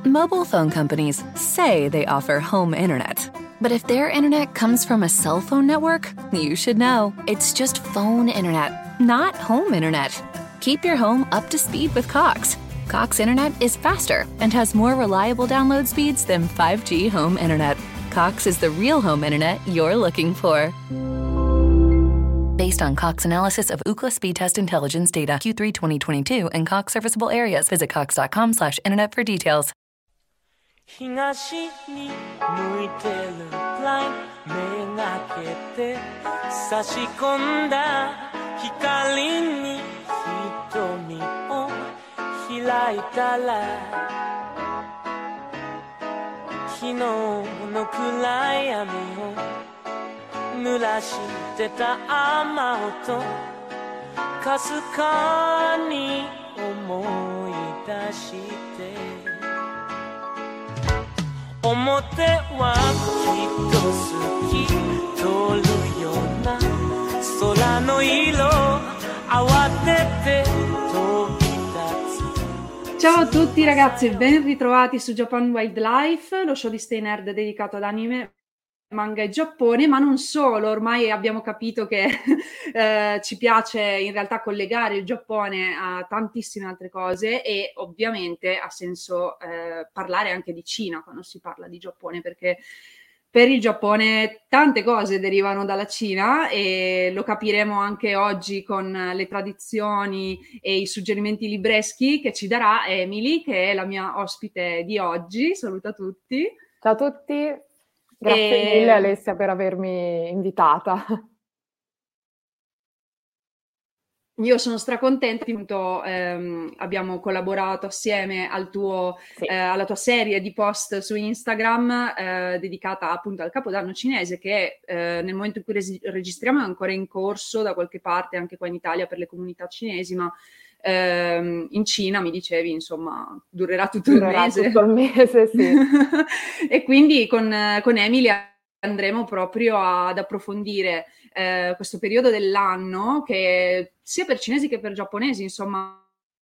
Mobile phone companies say they offer home internet. But if their internet comes from a cell phone network, you should know. It's just phone internet, not home internet. Keep your home up to speed with Cox. Cox internet is faster and has more reliable download speeds than 5G home internet. Cox is the real home internet you're looking for. Based on Cox analysis of Ookla speed test intelligence data Q3 2022 and Cox serviceable areas, visit cox.com/internet for details. 東に向いてるラインめがけて差し込んだ光に瞳を開いたら昨日の暗闇を濡らしてた雨音かすかに思い出して表はきっと好き通るような空の色慌てて飛び立つ Ciao a tutti ragazzi e ben ritrovati su Japan Wildlife, lo show di Stay Nerd dedicato ad anime, manga e Giappone, ma non solo, ormai abbiamo capito che ci piace in realtà collegare il Giappone a tantissime altre cose e ovviamente ha senso parlare anche di Cina quando si parla di Giappone, perché per il Giappone tante cose derivano dalla Cina e lo capiremo anche oggi con le tradizioni e i suggerimenti libreschi che ci darà Emily, che è la mia ospite di oggi. Saluta tutti. Ciao a tutti. Grazie mille Alessia per avermi invitata. Io sono stracontenta, appunto abbiamo collaborato assieme al tuo, alla tua serie di post su Instagram dedicata appunto al Capodanno cinese che nel momento in cui registriamo è ancora in corso da qualche parte anche qua in Italia per le comunità cinesi, ma in Cina mi dicevi insomma durerà tutto il mese, sì. E quindi con Emily andremo proprio ad approfondire questo periodo dell'anno che sia per cinesi che per giapponesi insomma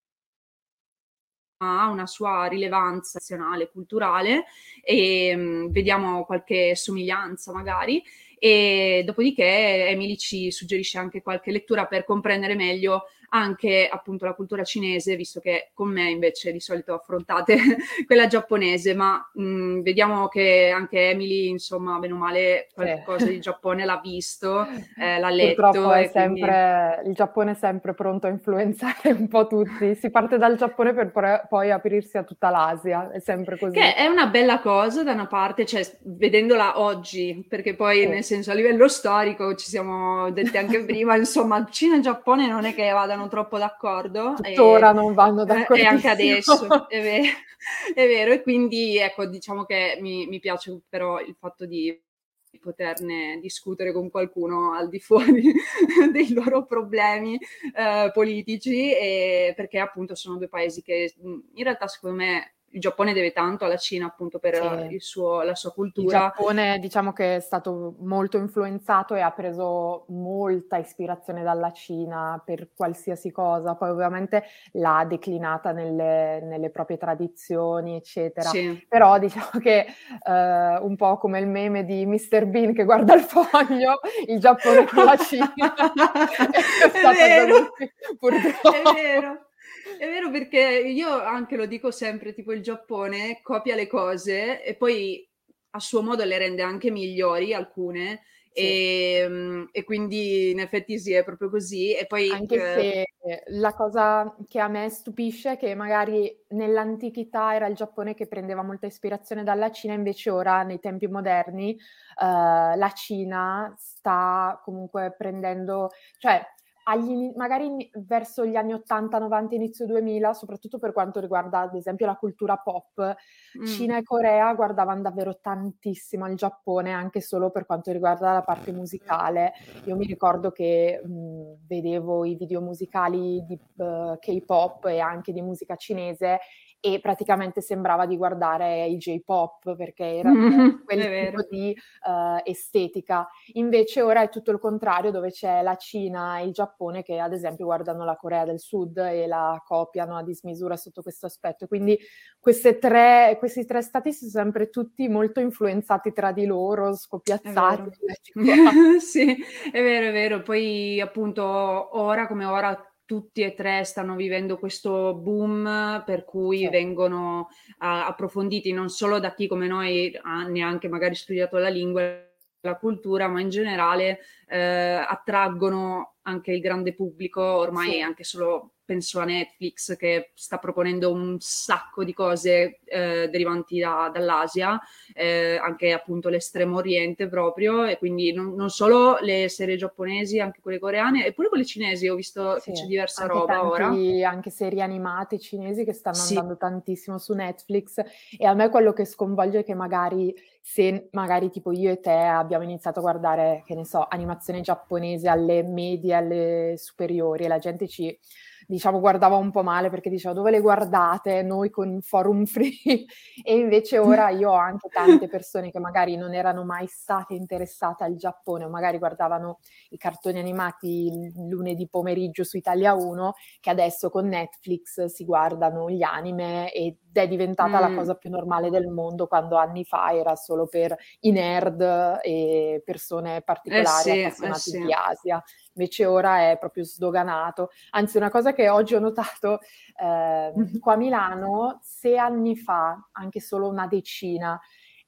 ha una sua rilevanza nazionale, culturale e vediamo qualche somiglianza magari e dopodiché Emily ci suggerisce anche qualche lettura per comprendere meglio anche appunto la cultura cinese, visto che con me invece di solito affrontate quella giapponese, ma vediamo che anche Emily insomma bene o male qualcosa di Giappone l'ha visto, l'ha letto. Purtroppo è sempre il Giappone è sempre pronto a influenzare un po' tutti, si parte dal Giappone per poi aprirsi a tutta l'Asia, è sempre così. Che è una bella cosa da una parte, cioè vedendola oggi, perché poi nel senso a livello storico ci siamo detti anche prima, insomma Cina e Giappone non è che vadano troppo d'accordo. Tuttora non vanno d'accordo. E anche adesso, è vero, e quindi ecco diciamo che mi piace però il fatto di poterne discutere con qualcuno al di fuori dei loro problemi politici, perché appunto sono due paesi che in realtà secondo me il Giappone deve tanto alla Cina appunto per la sua cultura. Il Giappone diciamo che è stato molto influenzato e ha preso molta ispirazione dalla Cina per qualsiasi cosa, poi ovviamente l'ha declinata nelle proprie tradizioni eccetera, però diciamo che un po' come il meme di Mr. Bean che guarda il foglio, il Giappone con la Cina è vero, purtroppo. È vero perché io anche lo dico sempre, tipo il Giappone copia le cose e poi a suo modo le rende anche migliori alcune e quindi in effetti sì, è proprio così. E poi anche se la cosa che a me stupisce è che magari nell'antichità era il Giappone che prendeva molta ispirazione dalla Cina, invece ora nei tempi moderni la Cina sta comunque prendendo, cioè magari verso gli anni 80, 90, inizio 2000, soprattutto per quanto riguarda ad esempio la cultura pop, Cina e Corea guardavano davvero tantissimo al Giappone, anche solo per quanto riguarda la parte musicale. Io mi ricordo che vedevo i video musicali di K-pop e anche di musica cinese e praticamente sembrava di guardare il J-pop perché era È quel vero. tipo di estetica. Invece ora è tutto il contrario, dove c'è la Cina e il Giappone che ad esempio guardano la Corea del Sud e la copiano a dismisura sotto questo aspetto. Quindi questi tre stati sono sempre tutti molto influenzati tra di loro, È scoppiazzati. vero. Sì, è vero. Poi appunto ora come ora tutti e 3 stanno vivendo questo boom per cui Sì, vengono approfonditi non solo da chi come noi ha neanche magari studiato la lingua e la cultura, ma in generale, attraggono anche il grande pubblico, sì. ormai anche solo penso a Netflix che sta proponendo un sacco di cose, derivanti dall'Asia, anche appunto l'Estremo Oriente proprio, e quindi non solo le serie giapponesi, anche quelle coreane, e pure quelle cinesi, ho visto che Sì, c'è diversa anche roba ora. anche serie animate cinesi che stanno Sì. andando tantissimo su Netflix e a me quello che sconvolge è che magari se magari tipo io e te abbiamo iniziato a guardare, che ne so, animazione giapponese alle medie, alle superiori e la gente ci, diciamo, guardava un po' male perché diceva dove le guardate? Noi con Forum Free e invece ora io ho anche tante persone che magari non erano mai state interessate al Giappone o magari guardavano i cartoni animati il lunedì pomeriggio su Italia 1, che adesso con Netflix si guardano gli anime ed è diventata la Mh. cosa più normale del mondo, quando anni fa era solo per i nerd e persone particolari Eh appassionati sì. di Asia. Invece ora è proprio sdoganato. Anzi, una cosa che oggi ho notato, Mh-mh. qua a Milano, 6 anni fa, anche solo una decina,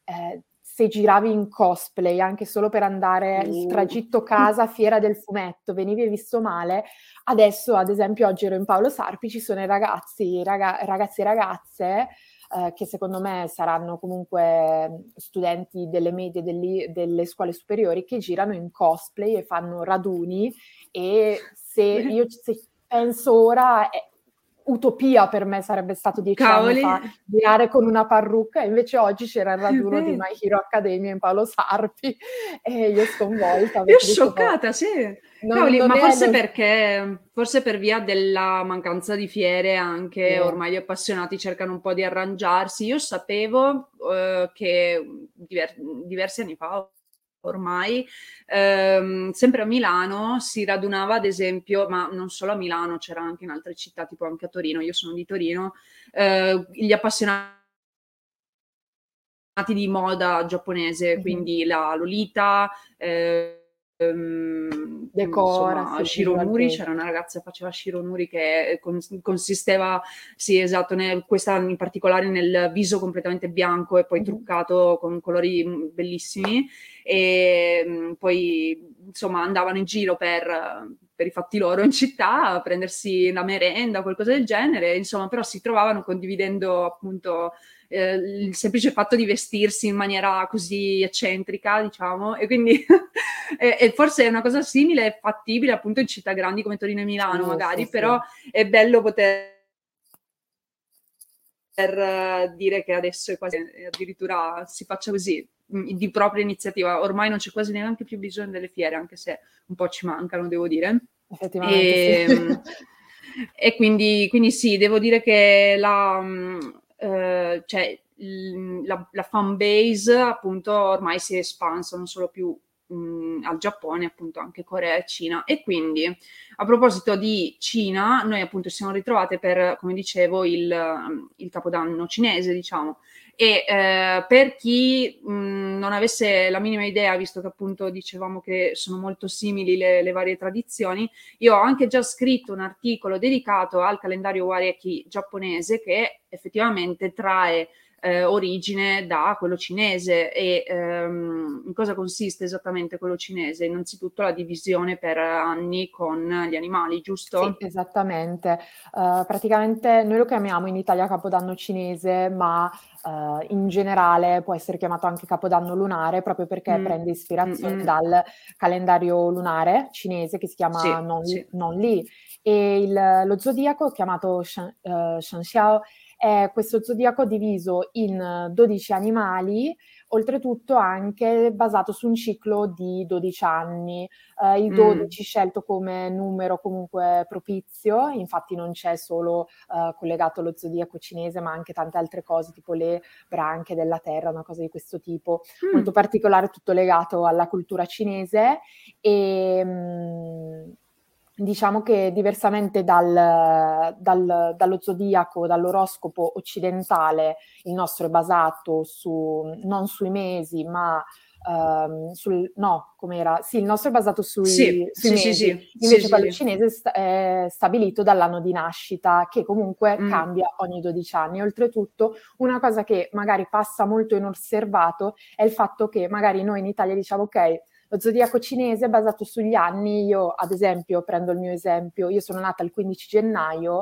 se giravi in cosplay, anche solo per andare il tragitto casa, fiera del fumetto, venivi visto male. Adesso, ad esempio, oggi ero in Paolo Sarpi, ci sono i ragazzi e ragazze, che secondo me saranno comunque studenti delle medie, delle scuole superiori, che girano in cosplay e fanno raduni e se penso ora è utopia per me sarebbe stato 10 anni Cavoli. fa girare con una parrucca, e invece oggi c'era il È raduno di vero. My Hero Academia in Paolo Sarpi e io sconvolta Io perché dicevo: scioccata, sì. "Non Cavoli, non ma è forse non". perché forse per via della mancanza di fiere Sì, anche ormai gli appassionati cercano un po' di arrangiarsi. Io sapevo, che diversi anni fa ormai, sempre a Milano si radunava ad esempio, ma non solo a Milano, c'era anche in altre città, tipo anche a Torino, io sono di Torino, gli appassionati di moda giapponese, mh-mh. quindi la Lolita, Decora, insomma sì, Visual Shironuri, Basic. c'era una ragazza che faceva Shironuri che consisteva, sì esatto, questa in particolare nel viso completamente bianco e poi Mh-mh. truccato con colori bellissimi e poi insomma andavano in giro per i fatti loro in città a prendersi la merenda o qualcosa del genere, insomma, però si trovavano condividendo appunto il semplice fatto di vestirsi in maniera così eccentrica, diciamo, e quindi e forse è una cosa simile e fattibile appunto in città grandi come Torino e Milano Sì, sì, magari, sì. però è bello poter dire che adesso è quasi addirittura si faccia così, di propria iniziativa. Ormai non c'è quasi neanche più bisogno delle fiere, anche se un po' ci mancano, devo dire. Effettivamente sì. Ehm, e quindi sì, devo dire che cioè la fan base appunto ormai si è espansa non solo più, al Giappone, appunto anche Corea e Cina. E quindi a proposito di Cina, noi appunto ci siamo ritrovate per, come dicevo, il Capodanno cinese, diciamo. E per chi non avesse la minima idea, visto che appunto dicevamo che sono molto simili le varie tradizioni, io ho anche già scritto un articolo dedicato al calendario Wareki giapponese che effettivamente trae origine da quello cinese e in cosa consiste esattamente quello cinese? Innanzitutto la divisione per anni con gli animali, Sì, giusto? esattamente. Praticamente noi lo chiamiamo in Italia Capodanno cinese, ma, in generale può essere chiamato anche Capodanno lunare, proprio perché Mh. prende ispirazione Mh-mh. dal calendario lunare cinese che si Sì, chiama sì. Non Li e lo zodiaco chiamato Shanxiao è questo zodiaco diviso in 12 animali, oltretutto anche basato su un ciclo di 12 anni. Il 12 scelto come numero comunque propizio, infatti non c'è solo collegato allo zodiaco cinese, ma anche tante altre cose, tipo le branche della terra, una cosa di questo tipo, molto particolare, tutto legato alla cultura cinese. E diciamo che diversamente dallo zodiaco, dall'oroscopo occidentale, il nostro è basato non sui mesi, ma com'era? Sì, il nostro è basato sui mesi, invece quello cinese è stabilito dall'anno di nascita, che comunque cambia ogni 12 anni. Oltretutto, una cosa che magari passa molto inosservato è il fatto che magari noi in Italia diciamo ok, lo zodiaco cinese è basato sugli anni. Io, ad esempio, prendo il mio esempio, io sono nata il 15 gennaio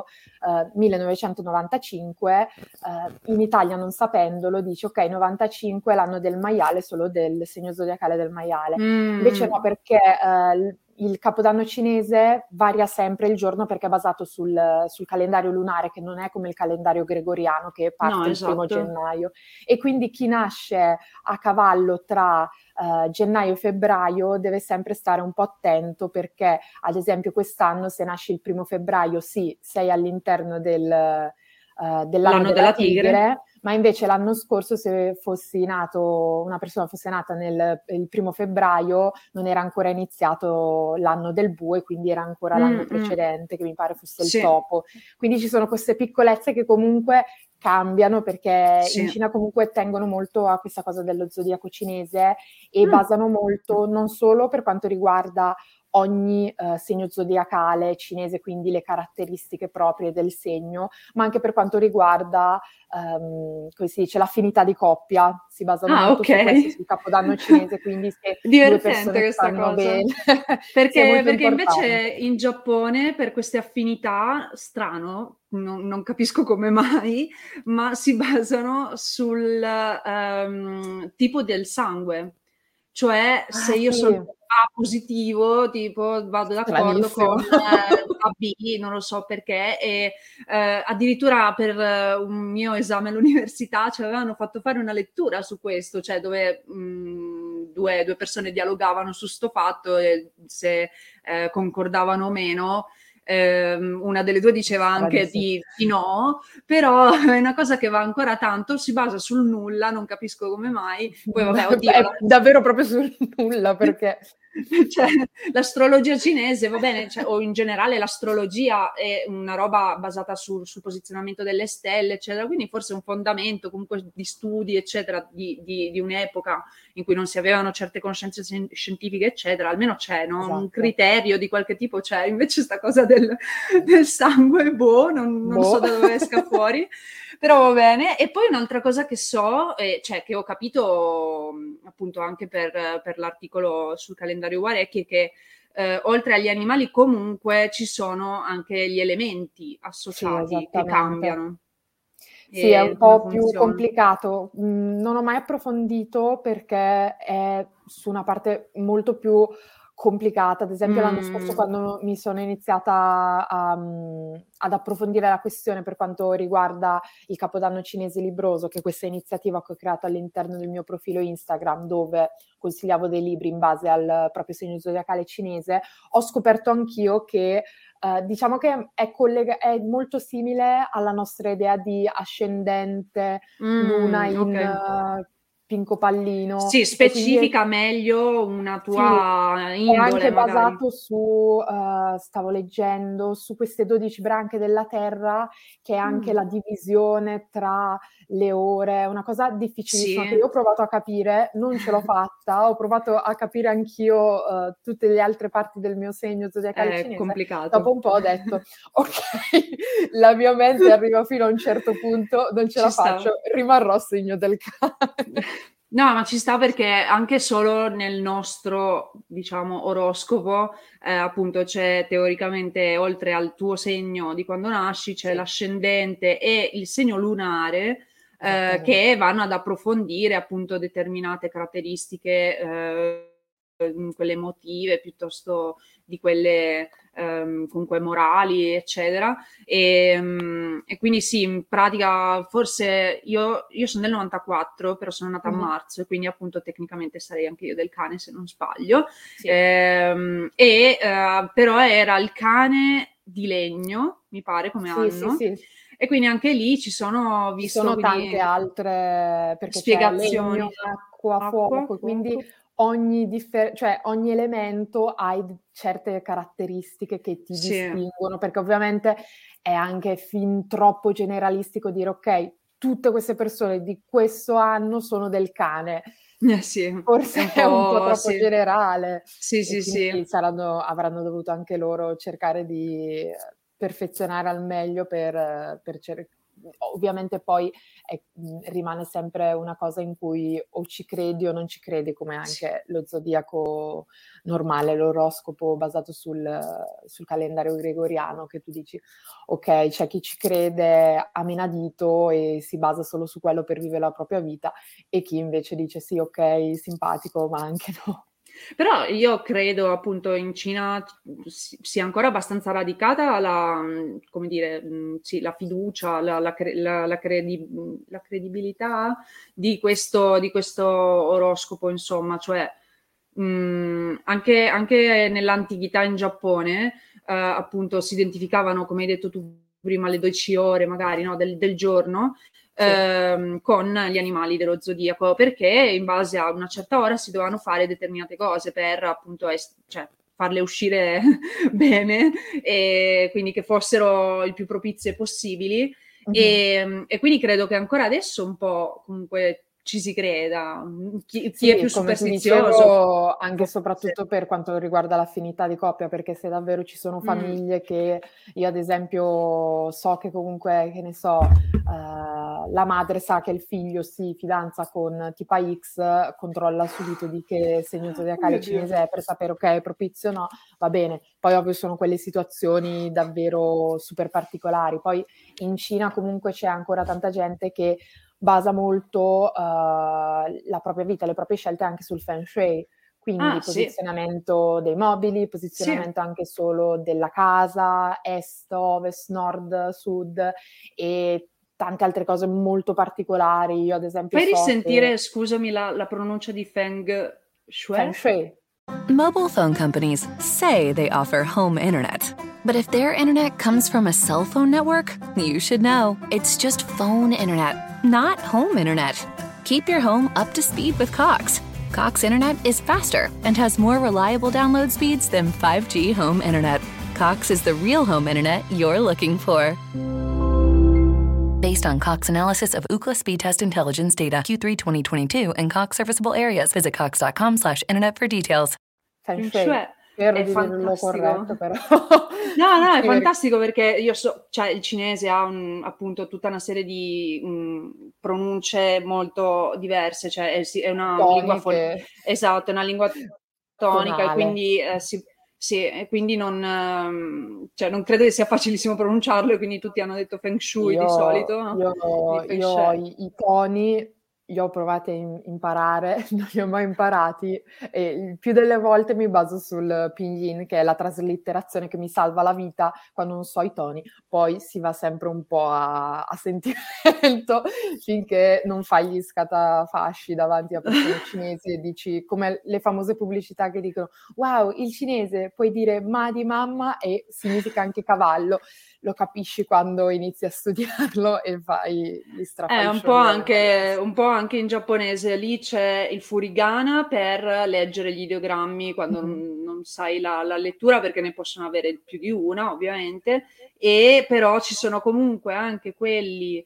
1995, in Italia non sapendolo dice ok, 95 è l'anno del maiale, solo del segno zodiacale del maiale. Invece no, perché il capodanno cinese varia sempre il giorno perché è basato sul calendario lunare, che non è come il calendario gregoriano che parte il 1° gennaio. E quindi chi nasce a cavallo tra gennaio e febbraio deve sempre stare un po' attento, perché ad esempio quest'anno se nasci il 1° febbraio sì, sei all'interno dell'anno della tigre, ma invece l'anno scorso se una persona fosse nata il 1° febbraio non era ancora iniziato l'anno del bue, quindi era ancora l'anno precedente, che mi pare fosse il topo. Quindi ci sono queste piccolezze che comunque cambiano, perché in Cina comunque tengono molto a questa cosa dello zodiaco cinese e basano molto non solo per quanto riguarda ogni segno zodiacale cinese, quindi le caratteristiche proprie del segno, ma anche per quanto riguarda come si dice, l'affinità di coppia. Si basano molto su questo, sul capodanno cinese, quindi se due persone stanno bene. Perché invece in Giappone per queste affinità, strano, non capisco come mai, ma si basano sul tipo del sangue. Cioè se io sono A positivo, tipo vado d'accordo con AB, non lo so perché, e addirittura per un mio esame all'università ci avevano fatto fare una lettura su questo, cioè dove due persone dialogavano su sto fatto e se concordavano o meno. Una delle due diceva anche di no, però è una cosa che va ancora tanto, si basa sul nulla, non capisco come mai. Poi vabbè, oddio, è davvero proprio sul nulla, perché cioè, l'astrologia cinese, va bene, cioè, o in generale l'astrologia è una roba basata sul posizionamento delle stelle, eccetera, quindi forse un fondamento comunque di studi, eccetera, di un'epoca in cui non si avevano certe conoscenze scientifiche, eccetera, almeno c'è, no? Esatto. Un criterio di qualche tipo c'è, invece sta cosa del sangue, non so da dove esca fuori, però va bene. E poi un'altra cosa che so, cioè che ho capito appunto anche per l'articolo sul calendario Warecchi, che oltre agli animali comunque ci sono anche gli elementi associati che cambiano. Sì, è un po' più complicato. Non ho mai approfondito perché è su una parte molto più complicata. Ad esempio l'anno scorso, quando mi sono iniziata ad approfondire la questione per quanto riguarda il Capodanno cinese libroso, che è questa iniziativa che ho creato all'interno del mio profilo Instagram, dove consigliavo dei libri in base al proprio segno zodiacale cinese, ho scoperto anch'io che diciamo che è molto simile alla nostra idea di ascendente, luna in pinco pallino. Sì, specifica meglio una tua indole. È anche magari. basato su, stavo leggendo, su queste 12 branche della Terra, che è anche la divisione tra le ore, una cosa difficilissima che io ho provato a capire, non ce l'ho fatta, ho provato a capire anch'io tutte le altre parti del mio segno zodiacale cinese. È complicato. Dopo un po' ho detto, ok, la mia mente arriva fino a un certo punto, non ce la faccio, rimarrò segno del cane. No, ma ci sta, perché anche solo nel nostro, diciamo, oroscopo, appunto c'è teoricamente, oltre al tuo segno di quando nasci, c'è l'ascendente e il segno lunare, che vanno ad approfondire appunto determinate caratteristiche quelle emotive piuttosto di quelle comunque morali, eccetera. E quindi sì, in pratica forse io sono del 94, però sono nata a marzo, e quindi appunto tecnicamente sarei anche io del cane, se non sbaglio. Sì. Però era il cane di legno, mi pare, come anno. Sì. E quindi anche lì ci sono Ci visto sono tante altre, perché c'è spiegazioni. legno, acqua, fuoco, quindi ogni elemento ha certe caratteristiche che ti Sì. distinguono, perché ovviamente è anche fin troppo generalistico dire ok, tutte queste persone di questo anno sono del cane. Sì, Forse è un po' troppo sì. generale. Sì, E sì, quindi sì. avranno dovuto anche loro cercare di perfezionare al meglio per ovviamente poi rimane sempre una cosa in cui o ci credi o non ci credi, come anche lo zodiaco normale, l'oroscopo basato sul calendario gregoriano, che tu dici ok, c'è chi ci crede a menadito e si basa solo su quello per vivere la propria vita, e chi invece dice sì, ok, simpatico, ma anche no. Però io credo appunto in Cina sia ancora abbastanza radicata come dire, sì, la fiducia, la credibilità di questo oroscopo, insomma, cioè anche nell'antichità in Giappone, appunto si identificavano, come hai detto tu prima, le 12 ore magari, no, del giorno, con gli animali dello zodiaco, perché in base a una certa ora si dovevano fare determinate cose per appunto cioè, farle uscire bene, e quindi che fossero il più propizie possibili. E quindi credo che ancora adesso un po' comunque ci si creda, chi è più Come ti superstizioso dicevo, anche e forse. soprattutto per quanto riguarda l'affinità di coppia, perché se davvero ci sono famiglie che io ad esempio so che comunque, che ne so, la madre sa che il figlio si fidanza con tipa X, controlla subito di che segno zodiacale cinese è per sapere ok, è propizio o no, va bene. Poi ovvio sono quelle situazioni davvero super particolari. Poi in Cina comunque c'è ancora tanta gente che basa molto la propria vita, le proprie scelte anche sul feng shui, quindi Sì. posizionamento dei mobili, posizionamento anche solo della casa, est, ovest, nord, sud, e tante altre cose molto particolari. Io ad esempio Fai so che risentire, scusami, la pronuncia di Feng feng Shui? shui. Mobile phone companies say they offer home internet. But if their internet comes from a cell phone network, you should know. It's just phone internet, not home internet. Keep your home up to speed with Cox. Cox Internet is faster and has more reliable download speeds than 5G home internet. Cox is the real home internet you're looking for. Based on Cox analysis of Ookla speed test intelligence data Q3 2022 and Cox serviceable areas, visit cox.com/internet for details. Feng Shui shui. Spero è di dirlo corretto, fantastico. però. No, è fantastico perché cioè il cinese ha appunto tutta una serie di pronunce molto diverse, cioè è una lingua Toniche, esatto, è una lingua tonica, e tonale. quindi sì, e quindi cioè, non credo che sia facilissimo pronunciarlo, e quindi tutti hanno detto Feng Shui di Io solito, no? io Di Feng io Shui. i toni li ho provati a imparare, non li ho mai imparati, e il più delle volte mi baso sul pinyin, che è la traslitterazione che mi salva la vita quando non so i toni. Poi si va sempre un po' a sentimento finché non fai gli scatafasci davanti a persone cinesi e dici, come le famose pubblicità che dicono: "Wow, il cinese puoi dire ma di mamma e significa anche cavallo". Lo capisci quando inizi a studiarlo e fai gli strafalcioni davanti alle persone. Un po' anche in giapponese, lì c'è il furigana per leggere gli ideogrammi quando Mh-mh. non sai la lettura, perché ne possono avere più di una ovviamente, e però ci sono comunque anche quelli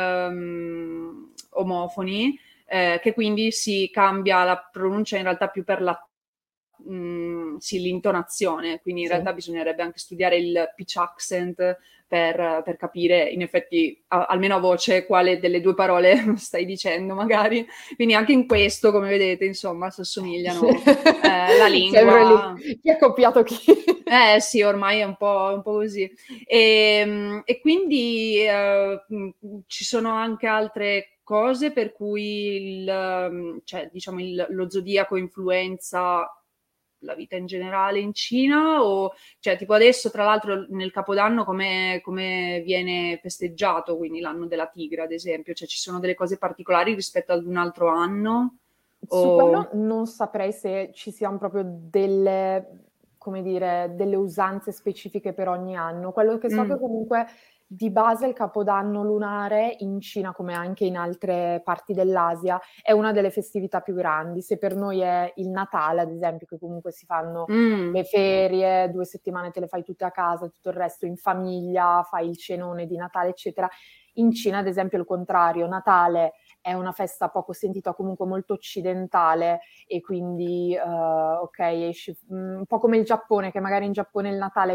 omofoni, che quindi si cambia la pronuncia in realtà più per sì, l'intonazione, quindi in Sì. realtà bisognerebbe anche studiare il pitch accent per capire in effetti, almeno a voce, quale delle due parole stai dicendo magari. Quindi anche in questo, come vedete, insomma, si assomigliano la Sempre lingua. lì. Chi ha copiato chi? Sì, ormai è un po' così. E quindi ci sono anche altre cose per cui cioè, diciamo lo zodiaco influenza la vita in generale in Cina? O, cioè, tipo adesso, tra l'altro, nel Capodanno come viene festeggiato, quindi l'anno della tigre, ad esempio? Cioè, ci sono delle cose particolari rispetto ad un altro anno? Su quello O... non saprei se ci siano proprio delle, come dire, delle usanze specifiche per ogni anno. Quello che so che comunque di base il Capodanno lunare in Cina, come anche in altre parti dell'Asia, è una delle festività più grandi. Se per noi è il Natale, ad esempio, che comunque si fanno le ferie, 2 settimane te le fai tutte a casa, tutto il resto in famiglia, fai il cenone di Natale, eccetera. In Cina, ad esempio, è il contrario. Natale è una festa poco sentita, comunque molto occidentale, e quindi ok, esci, un po' come il Giappone, che magari in Giappone il Natale è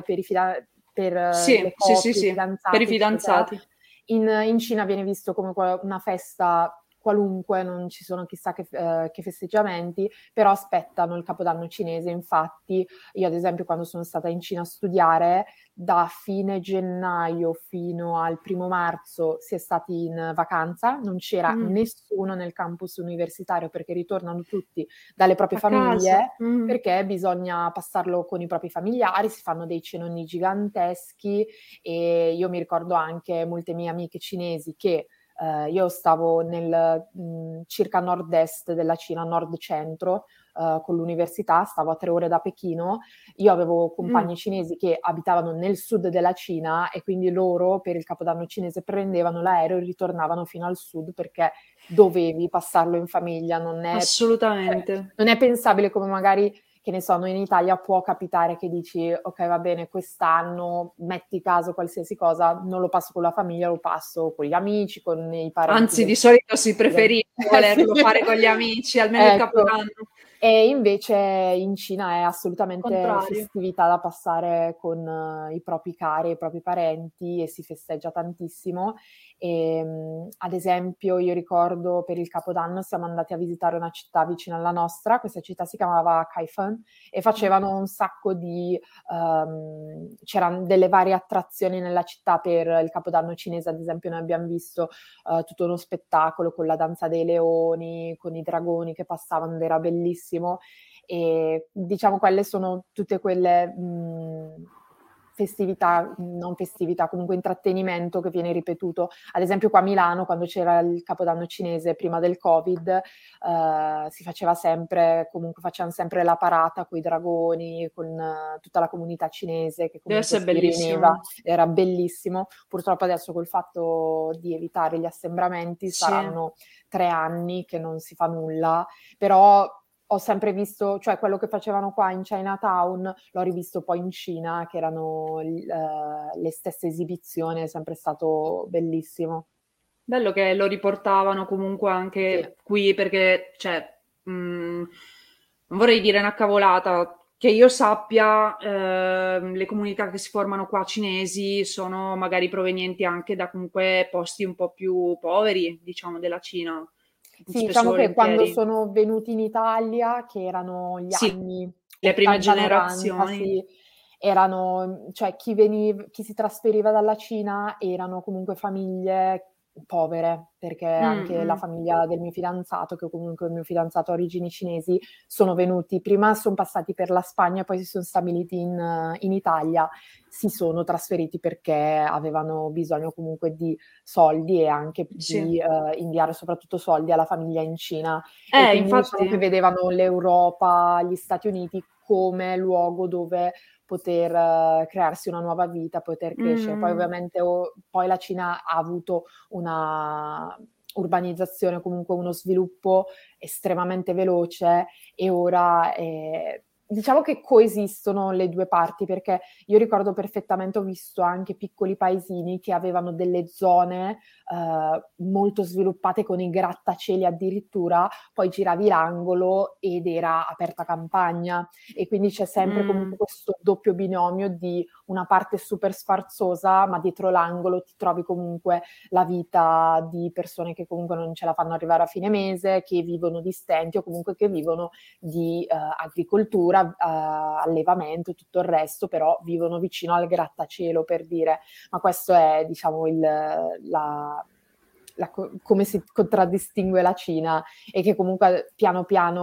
per le Sì, sì, sì, coppie, i sì, per i fidanzati, eccetera. fidanzati. In Cina viene visto come una festa qualunque, non ci sono chissà che festeggiamenti, però aspettano il Capodanno cinese. Infatti io ad esempio quando sono stata in Cina a studiare, da fine gennaio fino al 1° marzo si è stati in vacanza, non c'era nessuno nel campus universitario perché ritornano tutti dalle proprie A casa. famiglie, perché bisogna passarlo con i propri familiari, si fanno dei cenoni giganteschi. E io mi ricordo anche molte mie amiche cinesi che io stavo nel circa nord-est della Cina, nord-centro, con l'università, stavo a 3 ore da Pechino. Io avevo compagni cinesi che abitavano nel sud della Cina e quindi loro per il Capodanno cinese prendevano l'aereo e ritornavano fino al sud perché dovevi passarlo in famiglia, Assolutamente. non è pensabile come magari, che ne so, noi in Italia può capitare che dici ok, va bene, quest'anno metti caso qualsiasi cosa, non lo passo con la famiglia, lo passo con gli amici, con i parenti Anzi, del... di solito si preferisce volerlo Sì. fare con gli amici, almeno il Ecco. Capodanno. E invece in Cina è assolutamente Contrario. festività da passare con i propri cari, i propri parenti, e si festeggia tantissimo. Ad esempio io ricordo per il Capodanno siamo andati a visitare una città vicina alla nostra, questa città si chiamava Kaifeng, e facevano un sacco di... c'erano delle varie attrazioni nella città per il Capodanno cinese. Ad esempio noi abbiamo visto tutto uno spettacolo con la danza dei leoni, con i dragoni che passavano ed era bellissimo. E diciamo quelle sono tutte quelle festività, non festività, comunque intrattenimento che viene ripetuto. Ad esempio qua a Milano, quando c'era il Capodanno cinese prima del Covid, si faceva sempre, comunque facevano sempre la parata con i dragoni, con tutta la comunità cinese che Deve comunque essere si riuniva, bellissimo. era bellissimo. Purtroppo adesso col fatto di evitare gli assembramenti saranno 3 anni che non si fa nulla, però ho sempre visto, cioè quello che facevano qua in Chinatown, l'ho rivisto poi in Cina, che erano le stesse esibizioni, è sempre stato bellissimo. Bello che lo riportavano comunque Sì. anche qui, perché, cioè, non vorrei dire una cavolata, che io sappia, le comunità che si formano qua cinesi sono magari provenienti anche da comunque posti un po' più poveri, diciamo, della Cina, Sì, spesso e diciamo che quando volentieri. sono venuti in Italia, che erano gli Sì, anni le prime 80-90, generazioni. sì, erano, cioè chi si trasferiva dalla Cina erano comunque famiglie povere, perché anche la famiglia del mio fidanzato, che comunque il mio fidanzato ha origini cinesi, sono venuti, prima sono passati per la Spagna, poi si sono stabiliti in Italia, si sono trasferiti perché avevano bisogno comunque di soldi e anche Sì. di inviare soprattutto soldi alla famiglia in Cina, e quindi diciamo che Infatti, vedevano l'Europa, gli Stati Uniti come luogo dove poter crearsi una nuova vita, poter crescere. Poi ovviamente poi la Cina ha avuto una urbanizzazione, comunque uno sviluppo estremamente veloce, e ora diciamo che coesistono le due parti, perché io ricordo perfettamente, ho visto anche piccoli paesini che avevano delle zone molto sviluppate con i grattacieli addirittura, poi giravi l'angolo ed era aperta campagna, e quindi c'è sempre comunque questo doppio binomio di una parte super sfarzosa, ma dietro l'angolo ti trovi comunque la vita di persone che comunque non ce la fanno arrivare a fine mese, che vivono di stenti o comunque che vivono di agricoltura, allevamento, tutto il resto, però vivono vicino al grattacielo, per dire. Ma questo è, diciamo, come si contraddistingue la Cina, e che comunque piano piano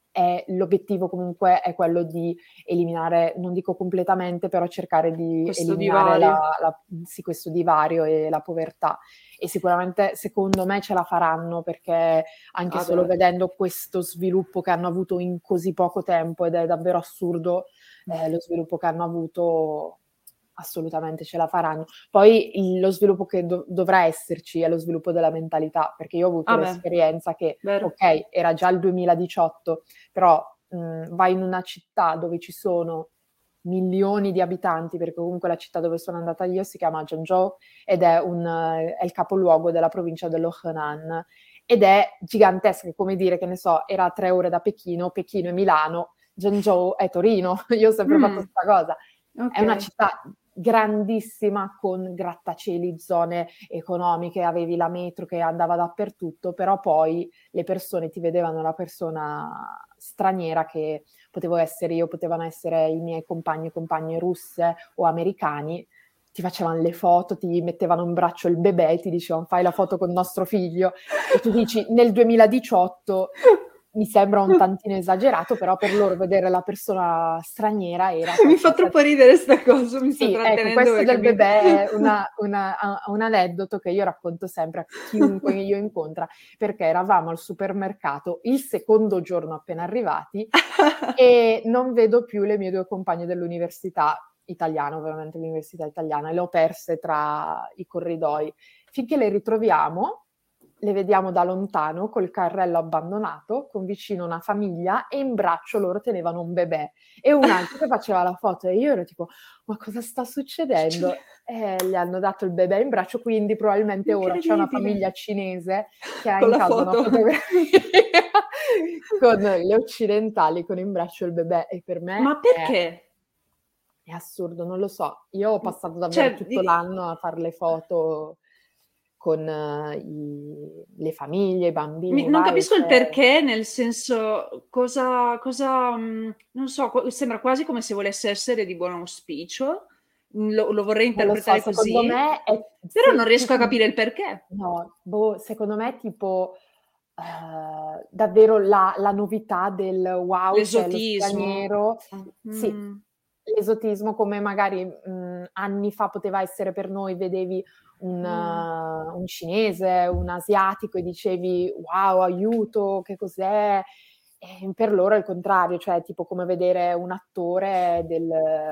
l'obiettivo comunque è quello di eliminare, non dico completamente, però cercare di Questo eliminare divario. sì, questo divario e la povertà. E sicuramente secondo me ce la faranno, perché anche solo vedendo questo sviluppo che hanno avuto in così poco tempo, ed è davvero assurdo lo sviluppo che hanno avuto, assolutamente ce la faranno. Poi lo sviluppo che dovrà esserci è lo sviluppo della mentalità, perché io ho avuto l'esperienza che, ok, era già il 2018, però vai in una città dove ci sono milioni di abitanti, perché comunque la città dove sono andata io si chiama Zhengzhou ed è il capoluogo della provincia dello Henan, ed è gigantesca, come dire, che ne so, era a 3 ore da Pechino è Milano, Zhengzhou è Torino, io ho sempre fatto questa cosa. È una città grandissima con grattacieli, zone economiche, avevi la metro che andava dappertutto, però poi le persone ti vedevano la persona straniera, che potevo essere io, potevano essere i miei compagni e compagne russe o americani, ti facevano le foto, ti mettevano in braccio il bebè, ti dicevano fai la foto con nostro figlio, e tu dici nel 2018 mi sembra un tantino esagerato, però per loro vedere la persona straniera era... Mi fa troppo ridere sta cosa, mi sto trattenendo. Ecco, questo del bebè è un aneddoto che io racconto sempre a chiunque io incontra, perché eravamo al supermercato il secondo giorno appena arrivati e non vedo più le mie 2 compagne dell'università italiana, ovviamente l'università italiana, e le ho perse tra i corridoi. Finché le ritroviamo, le vediamo da lontano col carrello abbandonato, con vicino una famiglia, e in braccio loro tenevano un bebè e un altro che faceva la foto, e io ero tipo, ma cosa sta succedendo? Gli hanno dato il bebè in braccio, quindi probabilmente ora c'è una famiglia cinese che ha in casa una fotografia con le occidentali con in braccio il bebè, e per me ma perché? È assurdo, non lo so. Io ho passato davvero tutto l'anno a fare le foto con le famiglie, i bambini, Non vai, capisco il perché, nel senso, cosa non so, sembra quasi come se volesse essere di buon auspicio, lo vorrei non lo so, interpretare secondo così, me è però non riesco a capire il perché. No, secondo me è tipo davvero la novità del wow, c'è lo L'esotismo. straniero. Sì, l'esotismo, come magari anni fa poteva essere per noi, vedevi un cinese, un asiatico e dicevi wow, aiuto, che cos'è? E per loro è il contrario, cioè tipo come vedere un attore di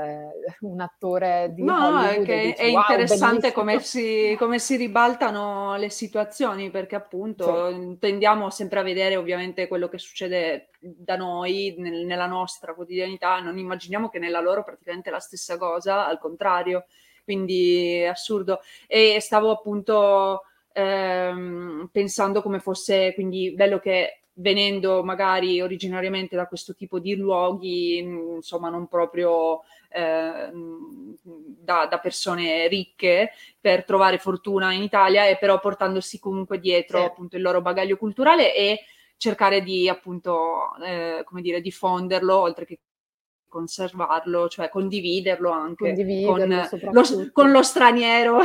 No, è Hollywood e che è dici wow, interessante bellissimo. come si ribaltano le situazioni, perché appunto tendiamo sempre a vedere ovviamente quello che succede da noi nella nostra quotidianità, non immaginiamo che nella loro praticamente è la stessa cosa, al contrario, quindi è assurdo. E stavo appunto pensando come fosse quindi bello che, venendo magari originariamente da questo tipo di luoghi, insomma non proprio da persone ricche, per trovare fortuna in Italia, e però portandosi comunque dietro appunto il loro bagaglio culturale, e cercare di appunto come dire, diffonderlo oltre che conservarlo, cioè condividerlo anche con lo straniero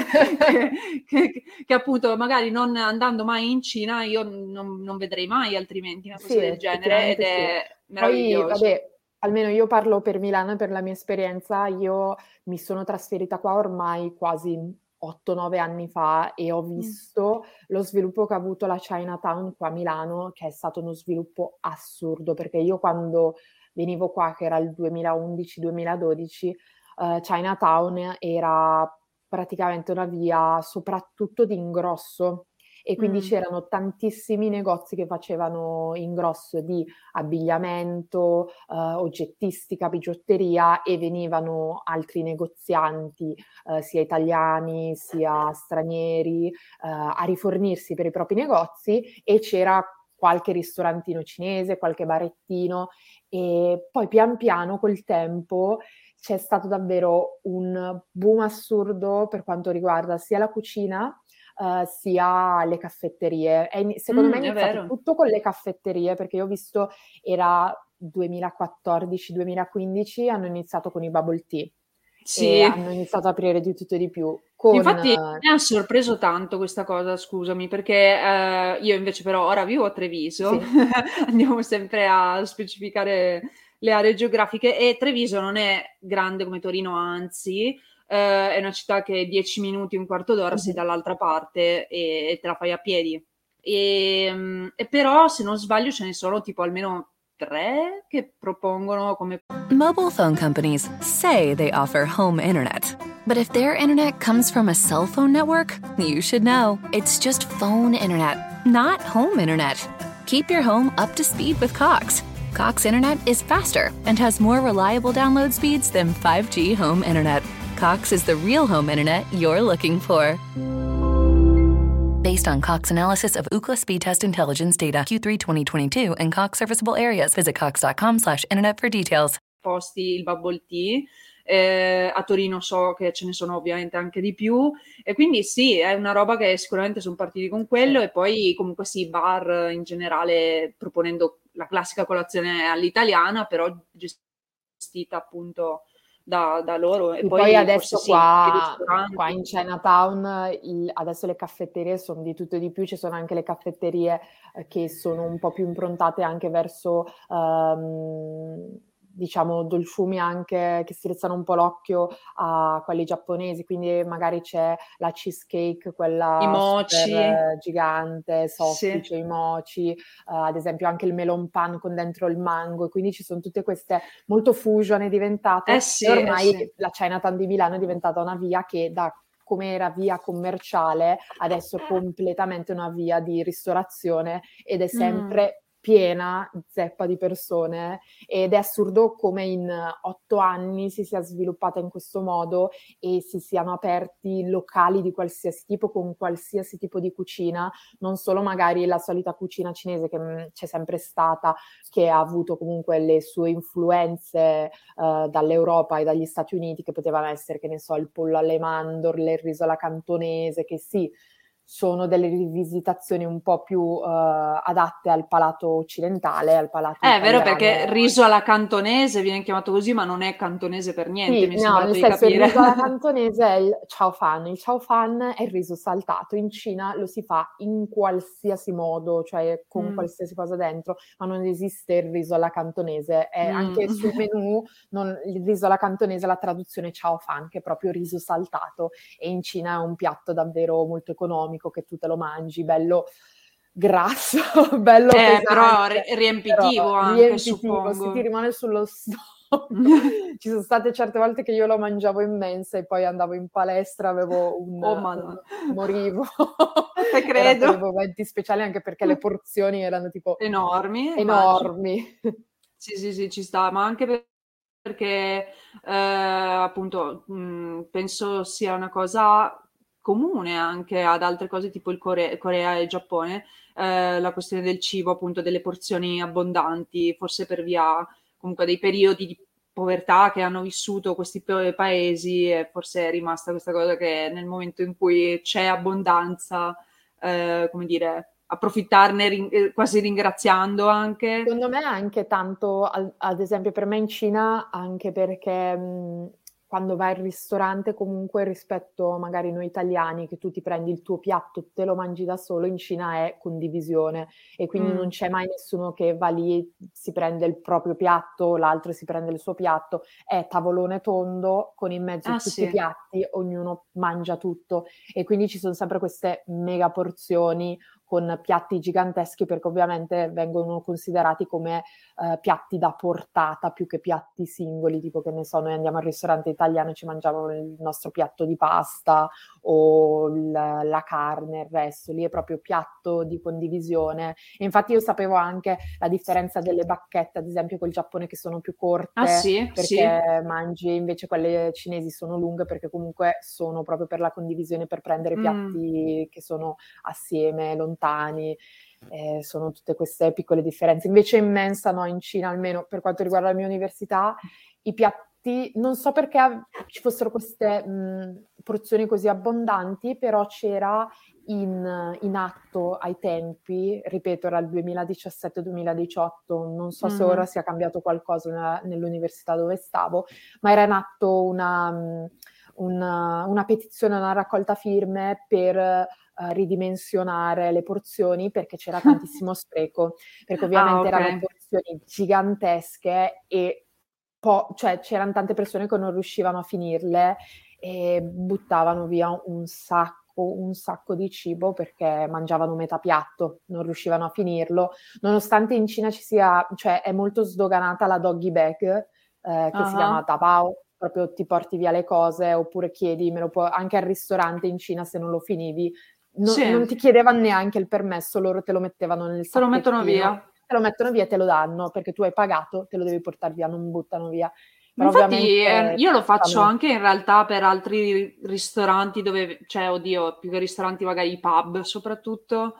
che appunto magari non andando mai in Cina io non vedrei mai altrimenti una cosa del genere, ed è meraviglioso. Poi vabbè, almeno io parlo per Milano e per la mia esperienza, io mi sono trasferita qua ormai quasi 8-9 anni fa e ho visto lo sviluppo che ha avuto la Chinatown qua a Milano, che è stato uno sviluppo assurdo, perché io quando venivo qua, che era il 2011-2012, Chinatown era praticamente una via soprattutto di ingrosso, e quindi c'erano tantissimi negozi che facevano ingrosso di abbigliamento, oggettistica, bigiotteria, e venivano altri negozianti, sia italiani sia stranieri, a rifornirsi per i propri negozi, e c'era qualche ristorantino cinese, qualche barettino, e poi pian piano col tempo c'è stato davvero un boom assurdo per quanto riguarda sia la cucina, sia le caffetterie. Secondo me è iniziato tutto con le caffetterie, perché io ho visto era 2014-2015, hanno iniziato con i bubble tea e hanno iniziato ad aprire di tutto e di più. con... Infatti mi ha sorpreso tanto questa cosa, scusami, perché io invece però ora vivo a Treviso, Sì. andiamo sempre a specificare le aree geografiche, e Treviso non è grande come Torino, anzi, è una città che 10 minuti, un quarto d'ora sei dall'altra parte e te la fai a piedi. E però, se non sbaglio, ce ne sono tipo almeno 3 che propongono come... Mobile phone companies say they offer home internet. But if their internet comes from a cell phone network, you should know. It's just phone internet, not home internet. Keep your home up to speed with Cox. Cox internet is faster and has more reliable download speeds than 5G home internet. Cox is the real home internet you're looking for. Based on Cox analysis of Ookla speed test intelligence data Q3 2022 and Cox serviceable areas, visit cox.com/internet for details. Posti il bubble tea, a Torino so che ce ne sono ovviamente anche di più, e quindi sì, è una roba che sicuramente sono partiti con quello, e poi comunque sì, bar in generale proponendo la classica colazione all'italiana, però gestita appunto da loro, e poi adesso forse sì, i ristoranti. qua in Chinatown adesso le caffetterie sono di tutto e di più, ci sono anche le caffetterie che sono un po' più improntate anche verso diciamo dolciumi, anche che si rizzano un po' l'occhio a quelli giapponesi, quindi magari c'è la cheesecake, quella I mochi. super gigante, soffice, Sì. i mochi, ad esempio anche il melon pan con dentro il mango, e quindi ci sono tutte queste, molto fusion è diventato, Sì, e ormai sì. la Chinatown di Milano è diventata una via che come era via commerciale, adesso è completamente una via di ristorazione, ed è sempre piena, zeppa di persone, ed è assurdo come in 8 anni si sia sviluppata in questo modo e si siano aperti locali di qualsiasi tipo, con qualsiasi tipo di cucina, non solo magari la solita cucina cinese che c'è sempre stata, che ha avuto comunque le sue influenze dall'Europa e dagli Stati Uniti, che potevano essere, che ne so, il pollo alle mandorle, il riso alla cantonese, che sì, sono delle rivisitazioni un po' più adatte al palato occidentale, al palato È vero, italiano. perché riso alla cantonese viene chiamato così, ma non è cantonese per niente, mi è Sì, no, sembrato nel di senso il capire. riso alla cantonese è il chow fan. Il chow fan è il riso saltato. In Cina lo si fa in qualsiasi modo, cioè con qualsiasi cosa dentro, ma non esiste il riso alla cantonese. Anche sul menù il riso alla cantonese, la traduzione chow fan, che è proprio riso saltato, e in Cina è un piatto davvero molto economico, che tu te lo mangi, bello grasso, bello pesante, però riempitivo anche, riempitivo, se ti suppongo. rimane sullo stomaco. Ci sono state certe volte che io lo mangiavo in mensa e poi andavo in palestra, avevo morivo. Te credo. Era per i momenti speciali, anche perché le porzioni erano tipo enormi. Sì, ci sta, ma anche perché appunto penso sia una cosa comune anche ad altre cose tipo il Corea e il Giappone, la questione del cibo, appunto delle porzioni abbondanti, forse per via comunque dei periodi di povertà che hanno vissuto questi paesi, e forse è rimasta questa cosa che nel momento in cui c'è abbondanza, come dire, approfittarne quasi ringraziando anche. Secondo me anche tanto, ad esempio per me in Cina, anche perché quando vai al ristorante, comunque rispetto magari noi italiani, che tu ti prendi il tuo piatto, te lo mangi da solo, in Cina è condivisione, e quindi non c'è mai nessuno che va lì, si prende il proprio piatto, l'altro si prende il suo piatto, è tavolone tondo con in mezzo tutti i piatti, ognuno mangia tutto, e quindi ci sono sempre queste mega porzioni con piatti giganteschi, perché ovviamente vengono considerati come piatti da portata più che piatti singoli, tipo, che ne so, noi andiamo al ristorante italiano e ci mangiamo il nostro piatto di pasta o la carne, il resto, lì è proprio piatto di condivisione. E infatti io sapevo anche la differenza delle bacchette, ad esempio col Giappone, che sono più corte, perché mangi, invece quelle cinesi sono lunghe, perché comunque sono proprio per la condivisione, per prendere piatti che sono assieme, lontani. Sono tutte queste piccole differenze. Invece in mensa, no, in Cina, almeno per quanto riguarda la mia università, i piatti, non so perché ci fossero queste porzioni così abbondanti, però c'era in atto ai tempi, ripeto, era il 2017-2018, non so se ora sia cambiato qualcosa nell'università dove stavo, ma era in atto una petizione, una raccolta firme per ridimensionare le porzioni perché c'era tantissimo spreco, perché ovviamente erano ok. porzioni gigantesche e cioè c'erano tante persone che non riuscivano a finirle e buttavano via un sacco di cibo perché mangiavano metà piatto, non riuscivano a finirlo, nonostante in Cina ci sia, cioè è molto sdoganata la doggy bag, che si chiama Ah, Taobao, proprio ti porti via le cose oppure chiedi, anche al ristorante in Cina se non lo finivi, sì, non ti chiedevano neanche il permesso, loro te lo mettevano nel te lo mettono sacchettino, via. te lo mettono via e te lo danno perché tu hai pagato, te lo devi portare via, non buttano via. Però Infatti ovviamente io lo faccio fanno- anche in realtà per altri ristoranti dove, cioè, oddio, più che ristoranti, magari i pub soprattutto,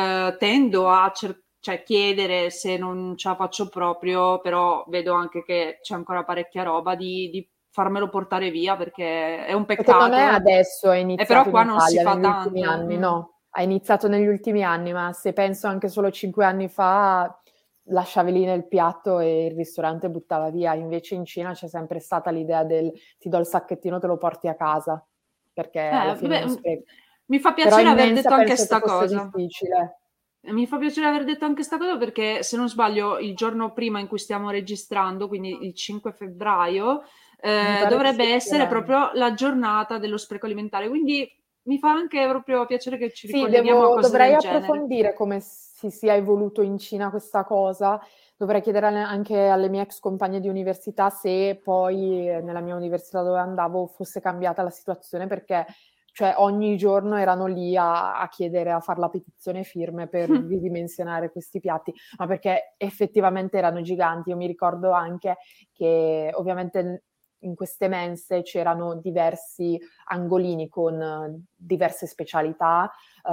tendo a cioè, chiedere se non ce la faccio proprio, però vedo anche che c'è ancora parecchia roba di farmelo portare via perché è un Secondo me peccato. adesso è E però iniziato in qua non si Italia, fa negli ultimi tanto. anni, no? Ha iniziato negli ultimi anni, ma se penso anche solo 5 anni fa, lasciavi lì nel piatto e il ristorante buttava via. Invece in Cina c'è sempre stata l'idea del ti do il sacchettino, te lo porti a casa, perché alla fine è Vabbè, uno spreco. mi fa Però piacere in aver mensa detto anche penso che sta fosse cosa. difficile. Mi fa piacere aver detto anche sta cosa perché, se non sbaglio, il giorno prima in cui stiamo registrando, quindi il 5 febbraio, Mi pare di sì, dovrebbe essere proprio la giornata dello spreco alimentare. Quindi mi fa anche proprio piacere che ci Sì, ricolleghiamo a cose dovrei del genere. approfondire come si sia evoluto in Cina questa cosa. Dovrei chiedere anche alle mie ex compagne di università se poi nella mia università dove andavo fosse cambiata la situazione perché cioè, ogni giorno erano lì a chiedere, a fare la petizione firme per ridimensionare questi piatti, ma perché effettivamente erano giganti. Io mi ricordo anche che ovviamente in queste mense c'erano diversi angolini con diverse specialità.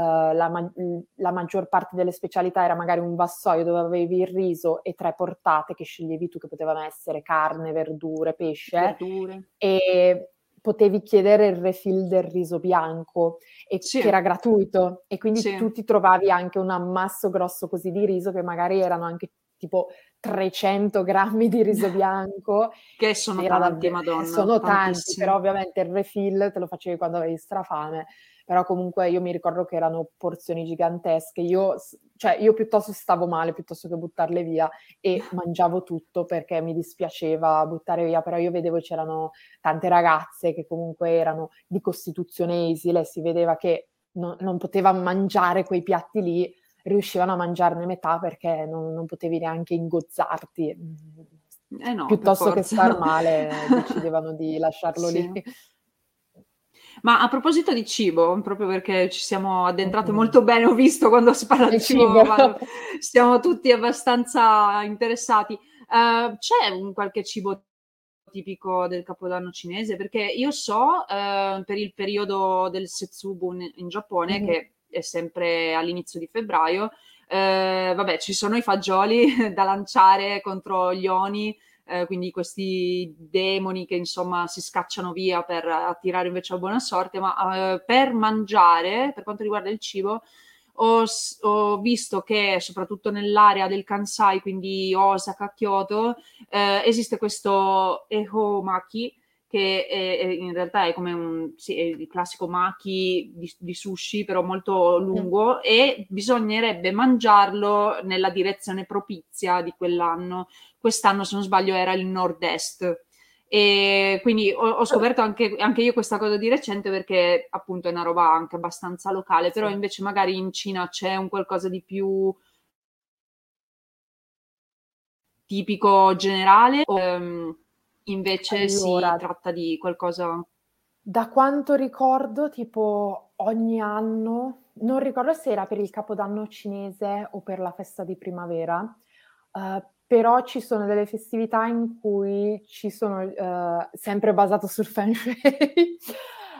La maggior parte delle specialità era magari un vassoio dove avevi il riso e 3 portate che sceglievi tu, che potevano essere carne, verdure, pesce, Verdure. e potevi chiedere il refill del riso bianco, Sì, che era gratuito, e quindi sì, tu ti trovavi anche un ammasso grosso così di riso che magari erano anche tipo 300 grammi di riso bianco. che sono Era tanti, Madonna, sono tanti, però tantissimi. ovviamente il refill te lo facevi quando avevi strafame, però comunque io mi ricordo che erano porzioni gigantesche. Io piuttosto stavo male, piuttosto che buttarle via, e mangiavo tutto perché mi dispiaceva buttare via, però io vedevo c'erano tante ragazze che comunque erano di costituzione esile, si vedeva che non poteva mangiare quei piatti lì, riuscivano a mangiarne metà perché non potevi neanche ingozzarti. Eh no, per Piuttosto che forza. star male, decidevano di lasciarlo Sì. lì. Ma a proposito di cibo, proprio perché ci siamo addentrate Mm. molto bene, ho visto quando si parla di Nel cibo, cibo. siamo tutti abbastanza interessati. C'è un qualche cibo tipico del Capodanno cinese? Perché io so, per il periodo del Setsubun in Giappone, Mhm. che è sempre all'inizio di febbraio, vabbè, ci sono i fagioli da lanciare contro gli oni, quindi questi demoni che insomma si scacciano via per attirare invece la buona sorte, ma per mangiare, per quanto riguarda il cibo, ho visto che soprattutto nell'area del Kansai, quindi Osaka, Kyoto, esiste questo ehomaki, che in realtà è come sì, è il classico maki di sushi, però molto Mhm. lungo, e bisognerebbe mangiarlo nella direzione propizia di quell'anno. Quest'anno, se non sbaglio, era il nord-est. E quindi ho scoperto anche io questa cosa di recente perché appunto è una roba anche abbastanza locale, però Sì. invece magari in Cina c'è un qualcosa di più tipico generale o invece si Allora, tratta di qualcosa. da quanto ricordo, tipo ogni anno, non ricordo se era per il Capodanno cinese o per la festa di primavera, però ci sono delle festività in cui ci sono, sempre basato sul Feng Shui,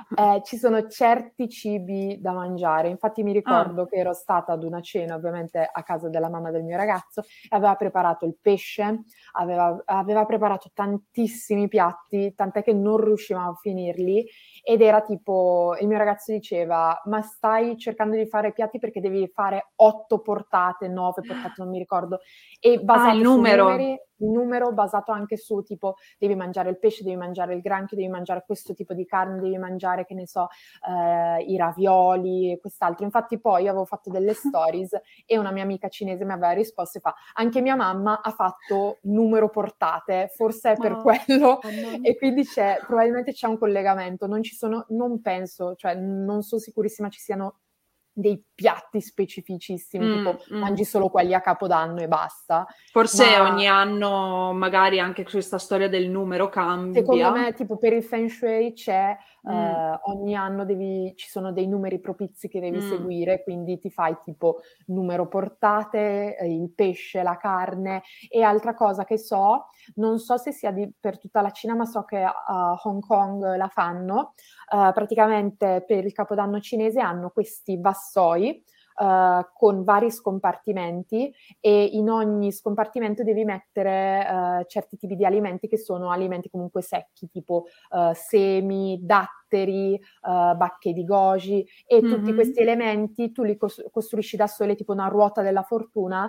ci sono certi cibi da mangiare. Infatti mi ricordo che ero stata ad una cena, ovviamente a casa della mamma del mio ragazzo, e aveva preparato il pesce, aveva preparato tantissimi piatti, tant'è che non riuscivamo a finirli, ed era tipo, il mio ragazzo diceva, ma stai cercando di fare piatti perché devi fare 8 portate, 9 portate, non mi ricordo, e basato il sui numero. numeri, il numero basato anche su tipo devi mangiare il pesce, devi mangiare il granchio, devi mangiare questo tipo di carne, devi mangiare, che ne so, i ravioli e quest'altro. Infatti poi avevo fatto delle stories e una mia amica cinese mi aveva risposto e fa, anche mia mamma ha fatto numero portate, forse è per quello, e quindi probabilmente c'è un collegamento, non penso, cioè non sono sicurissima ci siano dei piatti specificissimi, tipo mangi solo quelli a Capodanno e basta. Forse ogni anno magari anche questa storia del numero cambia. Secondo me, tipo per il Feng Shui c'è, ogni anno ci sono dei numeri propizi che devi seguire, quindi ti fai tipo numero portate, il pesce, la carne. E altra cosa che non so se sia per tutta la Cina, ma so che a Hong Kong la fanno, praticamente per il Capodanno cinese hanno questi vassoi con vari scompartimenti, e in ogni scompartimento devi mettere certi tipi di alimenti che sono alimenti comunque secchi, tipo semi, datteri, bacche di goji, e tutti questi elementi tu li costruisci da sole, tipo una ruota della fortuna.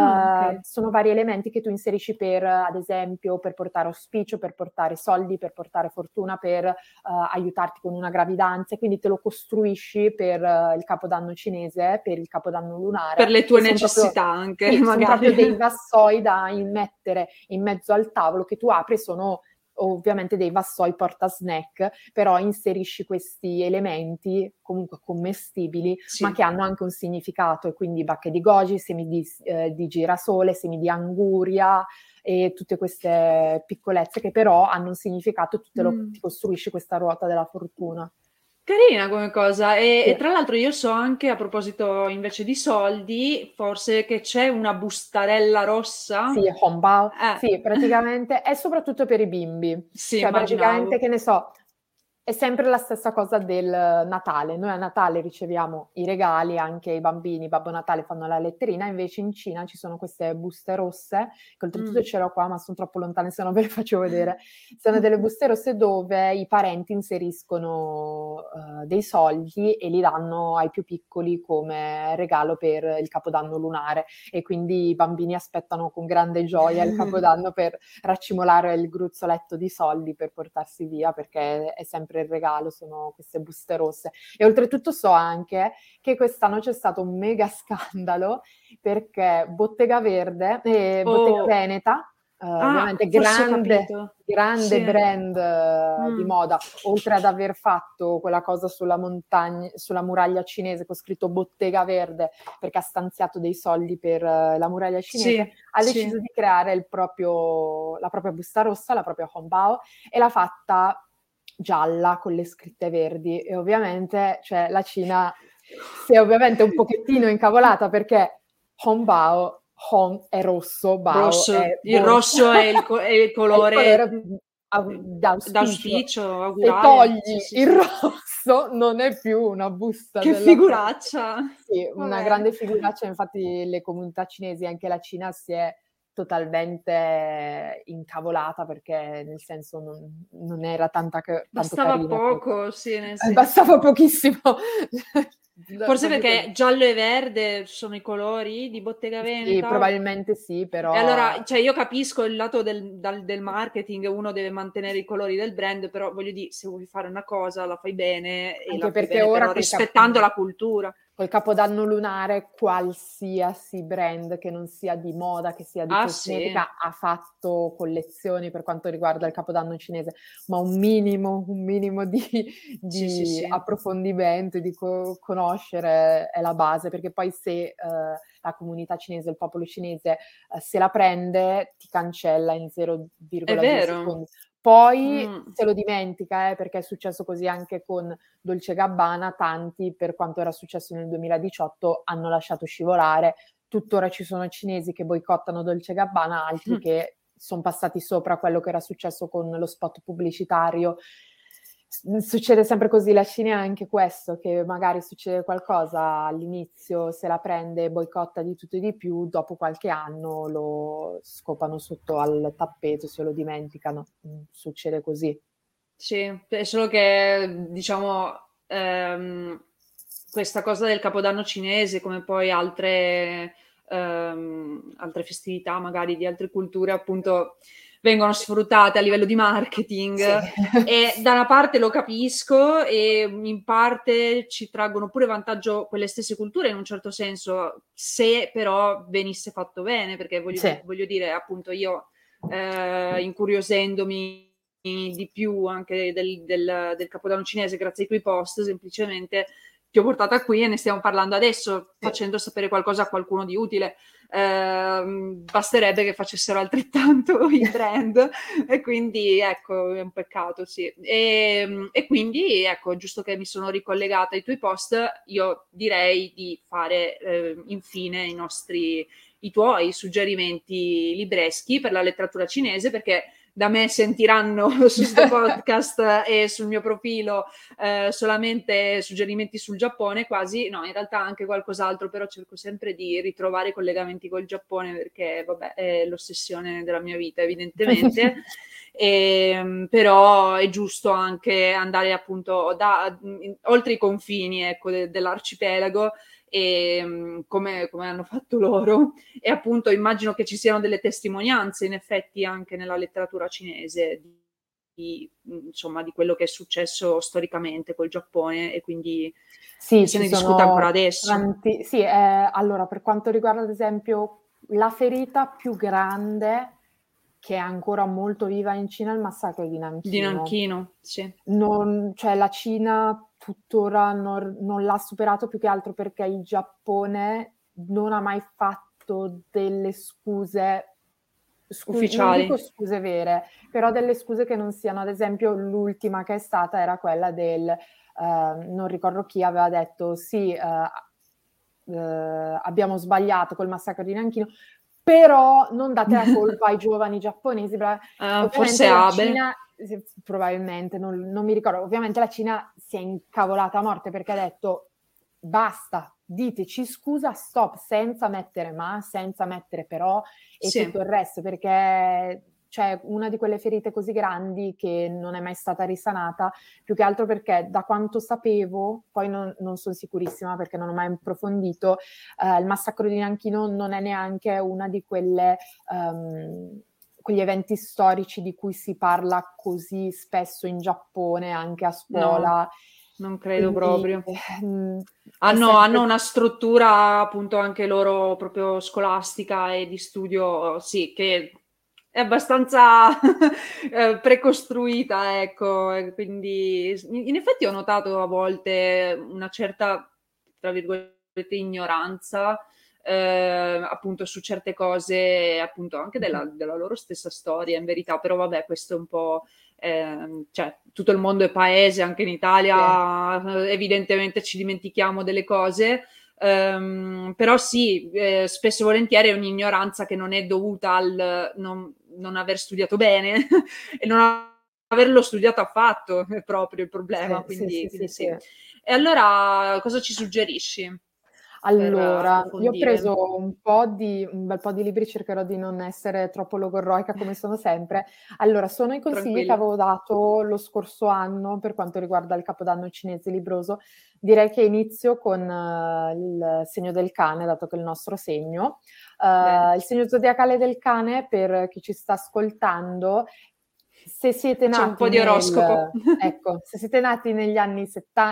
Sono vari elementi che tu inserisci per, ad esempio, per portare auspicio, per portare soldi, per portare fortuna, per aiutarti con una gravidanza, e quindi te lo costruisci per il Capodanno cinese, per il Capodanno lunare. Per le tue necessità anche, sì, magari. sono proprio dei vassoi da mettere in mezzo al tavolo che tu apri, sono ovviamente dei vassoi porta snack, però inserisci questi elementi comunque commestibili, ma che hanno anche un significato, e quindi bacche di goji, semi di girasole, semi di anguria e tutte queste piccolezze che però hanno un significato, tu ti costruisci questa ruota della fortuna. Carina come cosa, e tra l'altro io so anche, a proposito invece di soldi, forse che c'è una bustarella rossa. Sì, hongbao. Sì, praticamente è soprattutto per i bimbi. Sì, cioè immaginavo. praticamente, che ne so, è sempre la stessa cosa del Natale. Noi a Natale riceviamo i regali, anche i bambini, Babbo Natale fanno la letterina, invece in Cina ci sono queste buste rosse, che oltretutto ce l'ho qua, ma sono troppo lontane, se no ve le faccio vedere. Sono delle buste rosse dove i parenti inseriscono dei soldi e li danno ai più piccoli come regalo per il Capodanno lunare, e quindi i bambini aspettano con grande gioia il Capodanno per raccimolare il gruzzoletto di soldi per portarsi via, perché è sempre il regalo, sono queste buste rosse. E oltretutto so anche che quest'anno c'è stato un mega scandalo, perché Bottega Verde e Bottega Veneta, ovviamente grande brand di moda, oltre ad aver fatto quella cosa sulla muraglia cinese con scritto Bottega Verde, perché ha stanziato dei soldi per la muraglia cinese, ha deciso di creare la propria busta rossa, la propria hongbao, e l'ha fatta gialla con le scritte verdi. E ovviamente, cioè, la Cina si è ovviamente un pochettino incavolata, perché hongbao, Hong è rosso, bao è il rosso è il colore d'auspicio. augurale. Se togli il rosso non è più una busta. Che figuraccia! Sì, una grande figuraccia. Infatti le comunità cinesi, anche la Cina, si è totalmente incavolata, perché nel senso non era tanto bastava carina, poco, bastava pochissimo. Forse perché giallo e verde sono i colori di Bottega Veneta. Sì, probabilmente sì, però... E allora, cioè, io capisco il lato del marketing, uno deve mantenere i colori del brand, però voglio dire, se vuoi fare una cosa la fai bene, e anche la perché fai bene, ora però rispettando la cultura. Col Capodanno lunare qualsiasi brand che non sia di moda, che sia di cosmetica, ha fatto collezioni per quanto riguarda il Capodanno cinese, ma un minimo di approfondimento e di conoscere è la base, perché poi se la comunità cinese, il popolo cinese se la prende, ti cancella in 0,2 secondi. Poi se lo dimentica, perché è successo così anche con Dolce & Gabbana, tanti, per quanto era successo nel 2018, hanno lasciato scivolare. Tuttora ci sono cinesi che boicottano Dolce & Gabbana, altri che sono passati sopra quello che era successo con lo spot pubblicitario. Succede sempre così, la Cina è anche questo, che magari succede qualcosa all'inizio, se la prende, boicotta di tutto e di più, dopo qualche anno lo scopano sotto al tappeto, se lo dimenticano. Succede così. Sì, è solo che diciamo questa cosa del Capodanno cinese, come poi altre festività magari di altre culture, appunto vengono sfruttate a livello di marketing. Sì. E da una parte lo capisco e in parte ci traggono pure vantaggio quelle stesse culture in un certo senso, se però venisse fatto bene, perché Sì. voglio dire, appunto io incuriosendomi di più anche del Capodanno cinese grazie ai tuoi post, semplicemente ti ho portata qui e ne stiamo parlando adesso, facendo sapere qualcosa a qualcuno di utile. Basterebbe che facessero altrettanto i brand e quindi ecco, è un peccato, sì. E quindi ecco, giusto che mi sono ricollegata ai tuoi post, io direi di fare infine i tuoi suggerimenti libreschi per la letteratura cinese, perché da me sentiranno su questo podcast e sul mio profilo solamente suggerimenti sul Giappone, quasi, no, in realtà anche qualcos'altro, però cerco sempre di ritrovare collegamenti col Giappone perché, vabbè, è l'ossessione della mia vita, evidentemente. Però è giusto anche andare appunto oltre i confini, ecco, dell'arcipelago, e come hanno fatto loro, e appunto immagino che ci siano delle testimonianze in effetti anche nella letteratura cinese insomma di quello che è successo storicamente col Giappone, e quindi sì, se ne discute ancora adesso. Sì, allora per quanto riguarda ad esempio la ferita più grande che è ancora molto viva in Cina è il massacro di Nanchino. Di Nanchino, sì. Cioè la Cina tuttora non l'ha superato, più che altro perché il Giappone non ha mai fatto delle scuse ufficiali. Non dico scuse vere, però delle scuse che non siano, ad esempio l'ultima che è stata era quella del, non ricordo chi aveva detto, sì, abbiamo sbagliato col massacro di Nanchino, però non date la colpa ai giovani giapponesi. Forse la Abe. Cina, probabilmente, non mi ricordo, ovviamente la Cina si è incavolata a morte perché ha detto basta, diteci scusa, stop, senza mettere ma, senza mettere però e sì, tutto il resto, perché c'è una di quelle ferite così grandi che non è mai stata risanata, più che altro perché da quanto sapevo, poi non sono sicurissima perché non ho mai approfondito, il massacro di Nanchino non è neanche una di quelle quegli eventi storici di cui si parla così spesso in Giappone, anche a scuola. No, non credo proprio. Hanno una struttura appunto anche loro proprio scolastica e di studio, sì, che è abbastanza precostruita, ecco, e quindi in effetti ho notato a volte una certa, tra virgolette, ignoranza appunto su certe cose, appunto anche della loro stessa storia, in verità, però vabbè, questo è un po'... cioè, tutto il mondo è paese, anche in Italia evidentemente ci dimentichiamo delle cose, però sì, spesso e volentieri è un'ignoranza che non è dovuta al non aver studiato bene e non averlo studiato affatto, è proprio il problema, quindi sì. E allora cosa ci suggerisci? Allora, io ho preso un bel po' di libri, cercherò di non essere troppo logorroica come sono sempre. Allora, sono i consigli che avevo dato lo scorso anno per quanto riguarda il Capodanno cinese libroso. Direi che inizio con il segno del cane, dato che è il nostro segno. Il segno zodiacale del cane, per chi ci sta ascoltando, se siete nati c'è un po' di oroscopo. Ecco, se siete nati negli anni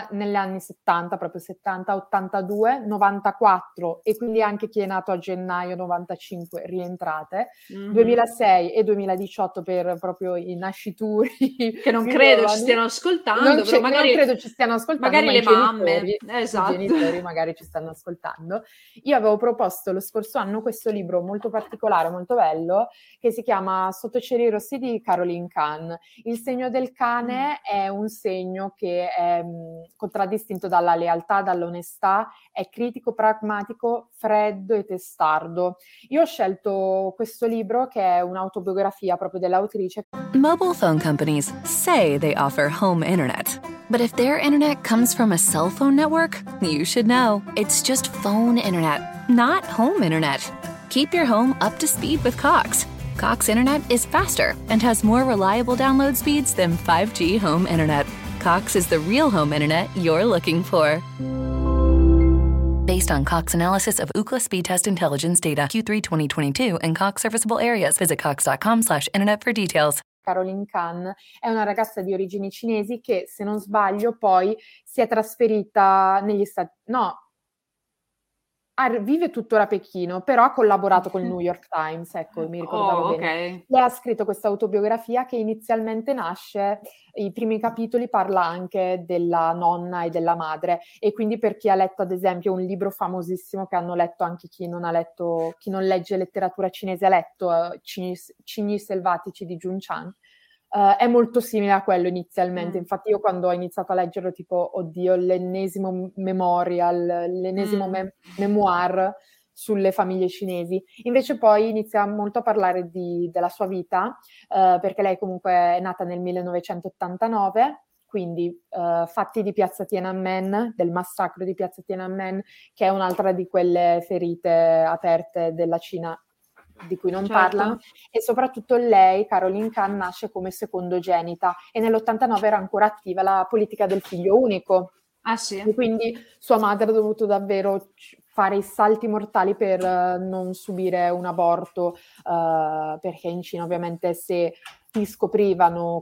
70, proprio 70, 82, 94 e quindi anche chi è nato a gennaio 95 rientrate, 2006 e 2018 per proprio i nascituri che non credo ci stiano ascoltando, però magari non credo ci stiano ascoltando, magari ma le mamme, esatto. I genitori magari ci stanno ascoltando. Io avevo proposto lo scorso anno questo libro molto particolare, molto bello, che si chiama Sotto cieli rossi di Caroline Khan. Il segno del cane è un segno che è contraddistinto dalla lealtà, dall'onestà, è critico, pragmatico, freddo e testardo. Io ho scelto questo libro che è un'autobiografia proprio dell'autrice. Mobile phone companies say they offer home internet. But if their internet comes from a cell phone network, you should know. It's just phone internet, not home internet. Keep your home up to speed with Cox. Cox Internet is faster and has more reliable download speeds than 5G home internet. Cox is the real home internet you're looking for. Based on Cox analysis of Ookla speed test intelligence data Q3 2022 and Cox serviceable areas, visit cox.com/internet for details. Caroline Khan è una ragazza di origini cinesi che, se non sbaglio, poi si è trasferita negli Stati... vive tuttora a Pechino, però ha collaborato con il New York Times, ecco, mi ricordavo bene. Okay. Lei ha scritto questa autobiografia che inizialmente nasce, i primi capitoli parla anche della nonna e della madre, e quindi per chi ha letto ad esempio un libro famosissimo che hanno letto anche chi non legge letteratura cinese ha letto, Cigni selvatici di Jun Chang, è molto simile a quello inizialmente. Infatti io quando ho iniziato a leggerlo tipo, oddio, l'ennesimo memorial, l'ennesimo memoir sulle famiglie cinesi. Invece poi inizia molto a parlare della sua vita, perché lei comunque è nata nel 1989, quindi fatti di Piazza Tiananmen, del massacro di Piazza Tiananmen, che è un'altra di quelle ferite aperte della Cina di cui non parlano, e soprattutto lei, Caroline Khan, nasce come secondogenita e nell'89 era ancora attiva la politica del figlio unico. Ah sì. E quindi sua madre ha dovuto davvero fare i salti mortali per non subire un aborto, perché in Cina ovviamente se ti scoprivano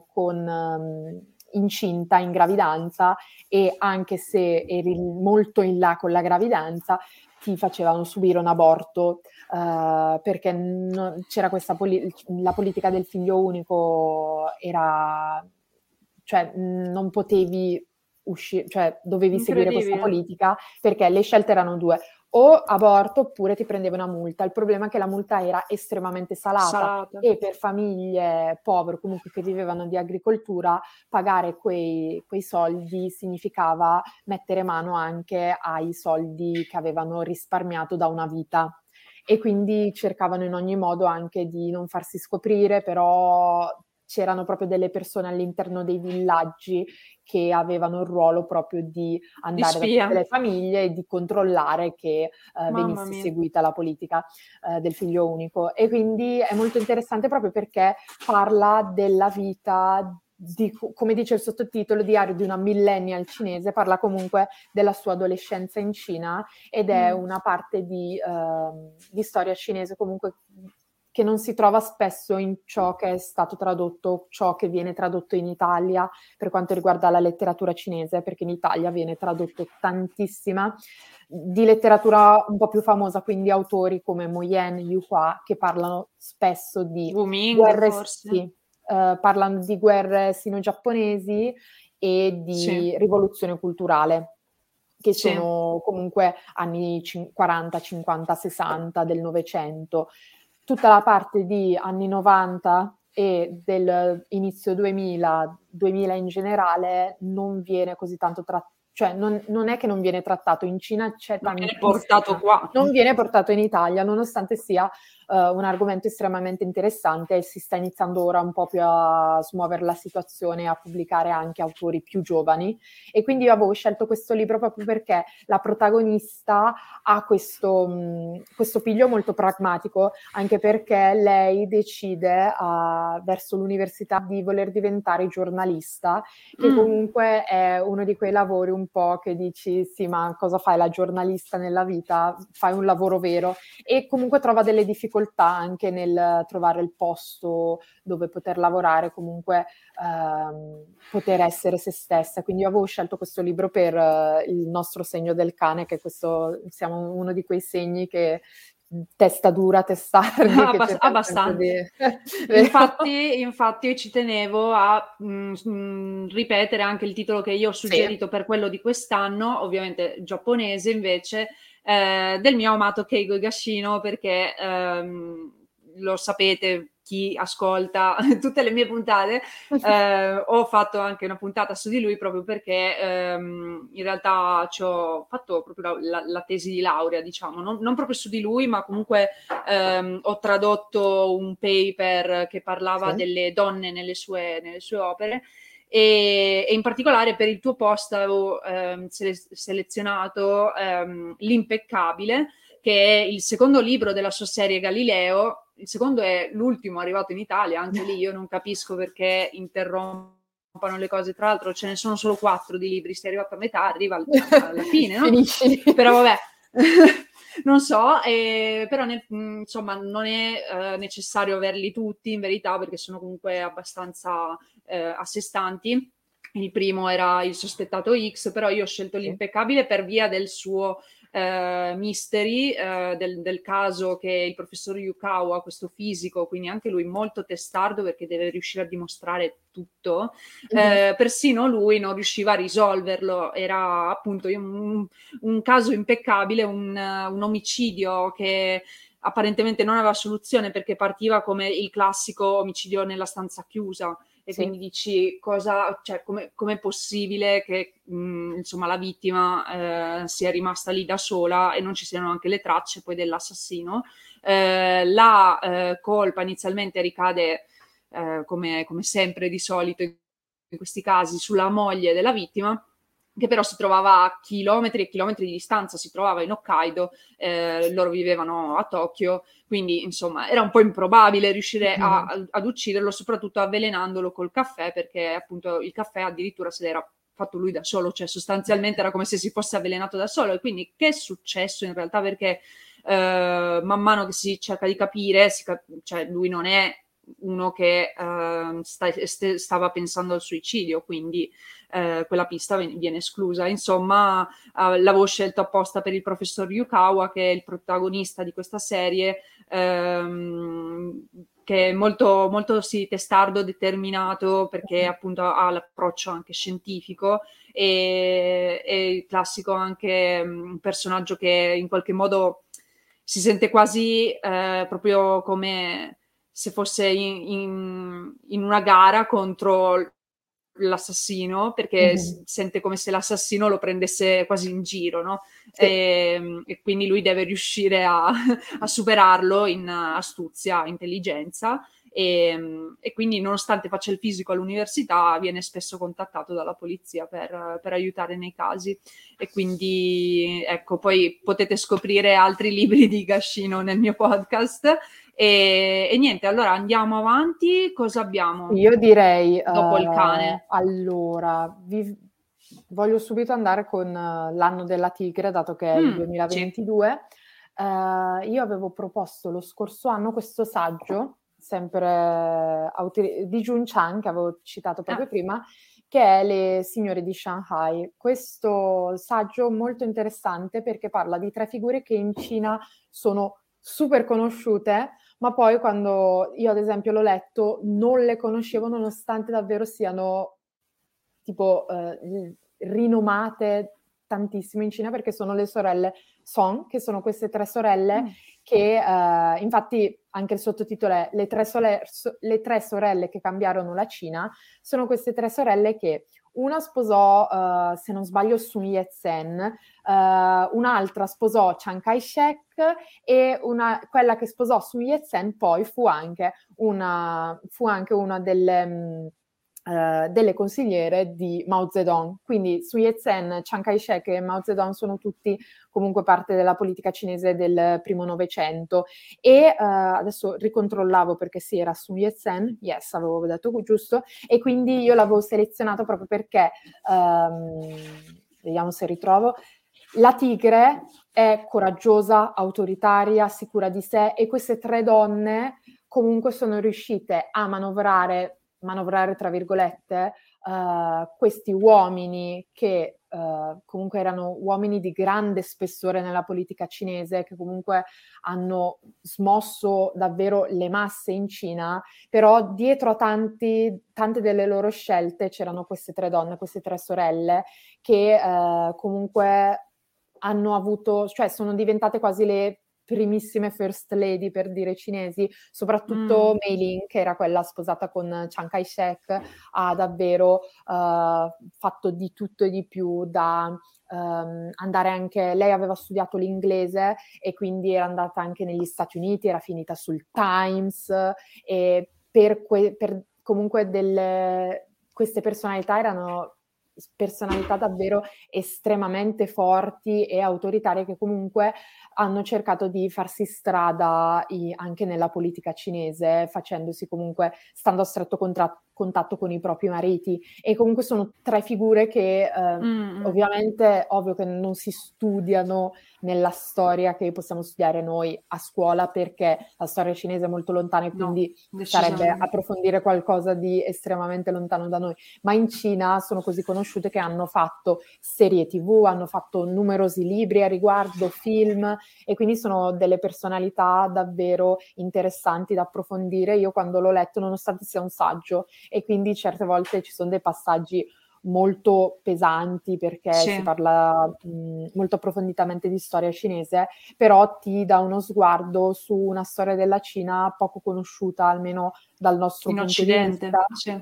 incinta in gravidanza, e anche se eri molto in là con la gravidanza, ti facevano subire un aborto, perché c'era questa la politica del figlio unico era, cioè non potevi uscire, cioè dovevi seguire questa politica, perché le scelte erano due: o aborto oppure ti prendeva una multa. Il problema è che la multa era estremamente salata. E per famiglie povere, comunque che vivevano di agricoltura, pagare quei soldi significava mettere mano anche ai soldi che avevano risparmiato da una vita, e quindi cercavano in ogni modo anche di non farsi scoprire, però c'erano proprio delle persone all'interno dei villaggi che avevano il ruolo proprio di andare da tutte le famiglie e di controllare che venisse seguita la politica del figlio unico. E quindi è molto interessante proprio perché parla della vita come dice il sottotitolo, Diario di una millennial cinese, parla comunque della sua adolescenza in Cina, ed è una parte di storia cinese comunque che non si trova spesso in ciò che è stato tradotto, ciò che viene tradotto in Italia per quanto riguarda la letteratura cinese, perché in Italia viene tradotto tantissima di letteratura un po' più famosa, quindi autori come Mo Yan, Yu Hua, che parlano spesso di guerre, parlano di guerre sino-giapponesi e di rivoluzione culturale, che sono comunque anni 40, 50, 60 del Novecento. Tutta la parte di anni 90 e dell'inizio 2000 in generale non viene così tanto trattato, cioè non è che non viene trattato, in Cina c'è non viene portato qua. Non viene portato in Italia, nonostante sia un argomento estremamente interessante, e si sta iniziando ora un po' più a smuovere la situazione, a pubblicare anche autori più giovani. E quindi io avevo scelto questo libro proprio perché la protagonista ha questo piglio molto pragmatico, anche perché lei decide verso l'università di voler diventare giornalista, che comunque è uno di quei lavori un po' che dici sì, ma cosa fai la giornalista nella vita? Fai un lavoro vero, e comunque trova delle difficoltà anche nel trovare il posto dove poter lavorare, comunque poter essere se stessa. Quindi io avevo scelto questo libro per il nostro segno del cane, che siamo uno di quei segni che testa dura, testardi, abbastanza. Infatti io ci tenevo a ripetere anche il titolo che io ho suggerito per quello di quest'anno, ovviamente giapponese invece, del mio amato Keigo Higashino, perché lo sapete chi ascolta tutte le mie puntate, ho fatto anche una puntata su di lui proprio perché in realtà ci ho fatto proprio la tesi di laurea, diciamo, non proprio su di lui, ma comunque ho tradotto un paper che parlava delle donne nelle sue opere. E in particolare per il tuo post avevo selezionato L'Impeccabile, che è il secondo libro della sua serie Galileo. Il secondo è l'ultimo arrivato in Italia, anche lì io non capisco perché interrompano le cose. Tra l'altro ce ne sono solo 4 di libri, sei arrivato a metà, arriva alla fine, no? Finisci. Però vabbè, non so, però insomma non è necessario averli tutti in verità, perché sono comunque abbastanza a sé stanti. Il primo era Il sospettato X, però io ho scelto L'Impeccabile per via del suo mystery, del caso che il professor Yukawa, questo fisico, quindi anche lui molto testardo perché deve riuscire a dimostrare tutto, persino lui non riusciva a risolverlo. Era appunto un caso impeccabile, un omicidio che apparentemente non aveva soluzione perché partiva come il classico omicidio nella stanza chiusa. E quindi dici com'è possibile che insomma la vittima sia rimasta lì da sola e non ci siano anche le tracce poi dell'assassino. La colpa inizialmente ricade come sempre di solito in questi casi sulla moglie della vittima, che però si trovava a chilometri e chilometri di distanza, si trovava in Hokkaido, loro vivevano a Tokyo, quindi insomma era un po' improbabile riuscire ad ucciderlo, soprattutto avvelenandolo col caffè, perché appunto il caffè addirittura se l'era fatto lui da solo, cioè sostanzialmente era come se si fosse avvelenato da solo. E quindi che è successo in realtà? Perché man mano che si cerca di capire, cioè lui non è uno che stava pensando al suicidio, quindi quella pista viene esclusa. Insomma, l'avevo scelto apposta per il professor Yukawa, che è il protagonista di questa serie, che è molto, molto testardo, determinato, perché appunto ha l'approccio anche scientifico, e il classico anche un personaggio che in qualche modo si sente quasi proprio come se fosse in una gara contro l'assassino, perché sente come se l'assassino lo prendesse quasi in giro, no? E quindi lui deve riuscire a superarlo in astuzia, intelligenza, e quindi nonostante faccia il fisico all'università viene spesso contattato dalla polizia per aiutare nei casi. E quindi ecco, poi potete scoprire altri libri di Gashino nel mio podcast. E niente, allora andiamo avanti. Cosa abbiamo? Io direi dopo il cane. Allora, voglio subito andare con l'anno della tigre, dato che è il 2022. Io avevo proposto lo scorso anno questo saggio, sempre di Jun Chang, che avevo citato proprio prima, che è Le signore di Shanghai. Questo saggio molto interessante perché parla di 3 figure che in Cina sono super conosciute, ma poi quando io ad esempio l'ho letto non le conoscevo, nonostante davvero siano tipo rinomate tantissimo in Cina, perché sono le sorelle Song, che sono queste 3 sorelle che infatti anche il sottotitolo è le tre sorelle che cambiarono la Cina. Sono queste 3 sorelle che una sposò, se non sbaglio, Sun Yat-sen, un'altra sposò Chiang Kai-shek, e quella che sposò Sun Yat-sen poi fu anche una delle consigliere di Mao Zedong. Quindi Sun Yat-sen, Chiang Kai-shek e Mao Zedong sono tutti comunque parte della politica cinese del primo Novecento. E adesso ricontrollavo perché sì, era Sun Yat-sen, yes, avevo detto giusto, e quindi io l'avevo selezionato proprio perché, vediamo se ritrovo, la tigre è coraggiosa, autoritaria, sicura di sé, e queste 3 donne comunque sono riuscite a manovrare tra virgolette questi uomini che comunque erano uomini di grande spessore nella politica cinese, che comunque hanno smosso davvero le masse in Cina, però dietro a tante delle loro scelte c'erano queste 3 donne, queste 3 sorelle che comunque hanno avuto, cioè sono diventate quasi le primissime first lady, per dire, cinesi, soprattutto Mei Lin, che era quella sposata con Chiang Kai-shek, ha davvero fatto di tutto e di più, da andare anche, lei aveva studiato l'inglese e quindi era andata anche negli Stati Uniti, era finita sul Times, e per comunque queste personalità erano personalità davvero estremamente forti e autoritarie, che comunque hanno cercato di farsi strada anche nella politica cinese, facendosi comunque, stando a stretto contatto con i propri mariti. E comunque sono tre figure che ovviamente, ovvio che non si studiano nella storia che possiamo studiare noi a scuola, perché la storia cinese è molto lontana e quindi sarebbe approfondire qualcosa di estremamente lontano da noi. Ma in Cina sono così conosciute che hanno fatto serie TV, hanno fatto numerosi libri a riguardo, film, e quindi sono delle personalità davvero interessanti da approfondire. Io quando l'ho letto, nonostante sia un saggio, e quindi certe volte ci sono dei passaggi molto pesanti, perché si parla molto approfonditamente di storia cinese, però ti dà uno sguardo su una storia della Cina poco conosciuta, almeno dal nostro punto Occidente, di vista,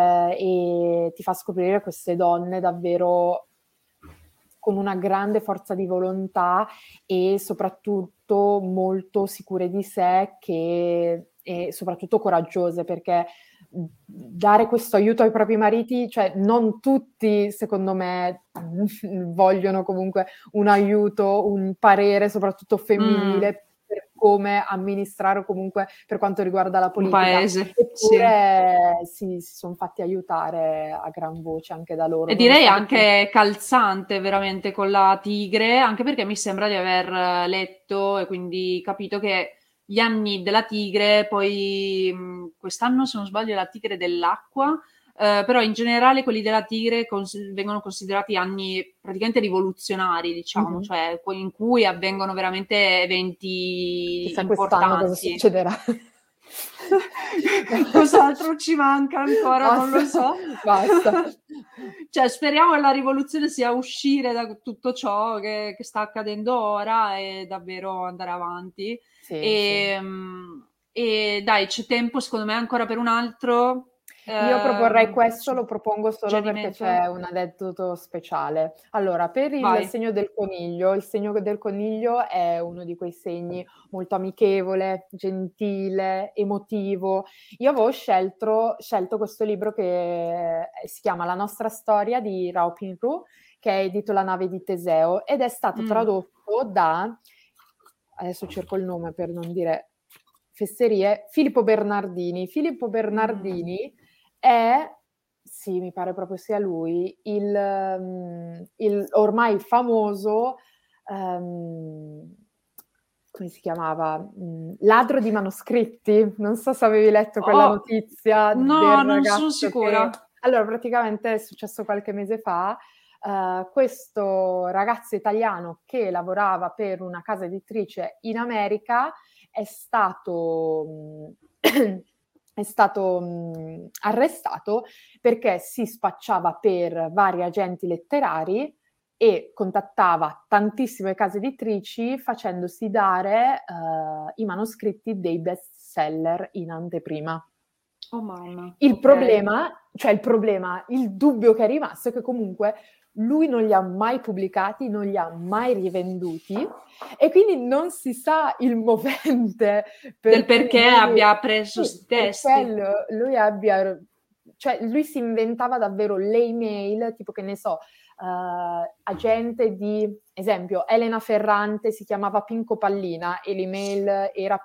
e ti fa scoprire queste donne davvero con una grande forza di volontà e soprattutto molto sicure di sé, e soprattutto coraggiose, perché dare questo aiuto ai propri mariti, cioè non tutti, secondo me, vogliono comunque un aiuto, un parere soprattutto femminile per come amministrare, o comunque per quanto riguarda la politica. Un paese, eppure si sono fatti aiutare a gran voce anche da loro. E direi anche calzante veramente con la tigre, anche perché mi sembra di aver letto e quindi capito che gli anni della tigre, poi quest'anno, se non sbaglio, è la tigre dell'acqua, però in generale quelli della tigre vengono considerati anni praticamente rivoluzionari, diciamo, cioè in cui avvengono veramente eventi chissà importanti. quest'anno cosa succederà. Cos'altro ci manca ancora? Basta, non lo so. Basta. Cioè, speriamo che la rivoluzione sia uscire da tutto ciò che sta accadendo ora e davvero andare avanti. E dai, c'è tempo secondo me ancora per un altro. Io proporrei questo, lo propongo solo perché c'è un aneddoto speciale. Allora, per il segno del coniglio, il segno del coniglio è uno di quei segni molto amichevole, gentile, emotivo. Io avevo scelto questo libro che si chiama La nostra storia di Rao Pinru, che è edito La nave di Teseo, ed è stato tradotto da, adesso cerco il nome per non dire fesserie, Filippo Bernardini. Filippo Bernardini è, sì, mi pare proprio sia lui, il ormai famoso, come si chiamava? Ladro di manoscritti. Non so se avevi letto quella notizia. No, non sono sicura. Allora, praticamente è successo qualche mese fa. Questo ragazzo italiano che lavorava per una casa editrice in America è stato arrestato perché si spacciava per vari agenti letterari e contattava tantissime case editrici facendosi dare i manoscritti dei best seller in anteprima. Oh mamma. Il dubbio che è rimasto è che comunque lui non li ha mai pubblicati, non li ha mai rivenduti, e quindi non si sa il movente del perché abbia preso questi testi. Lui si inventava davvero le email, tipo, che ne so, agente di, esempio, Elena Ferrante si chiamava Pinco Pallina e l'email era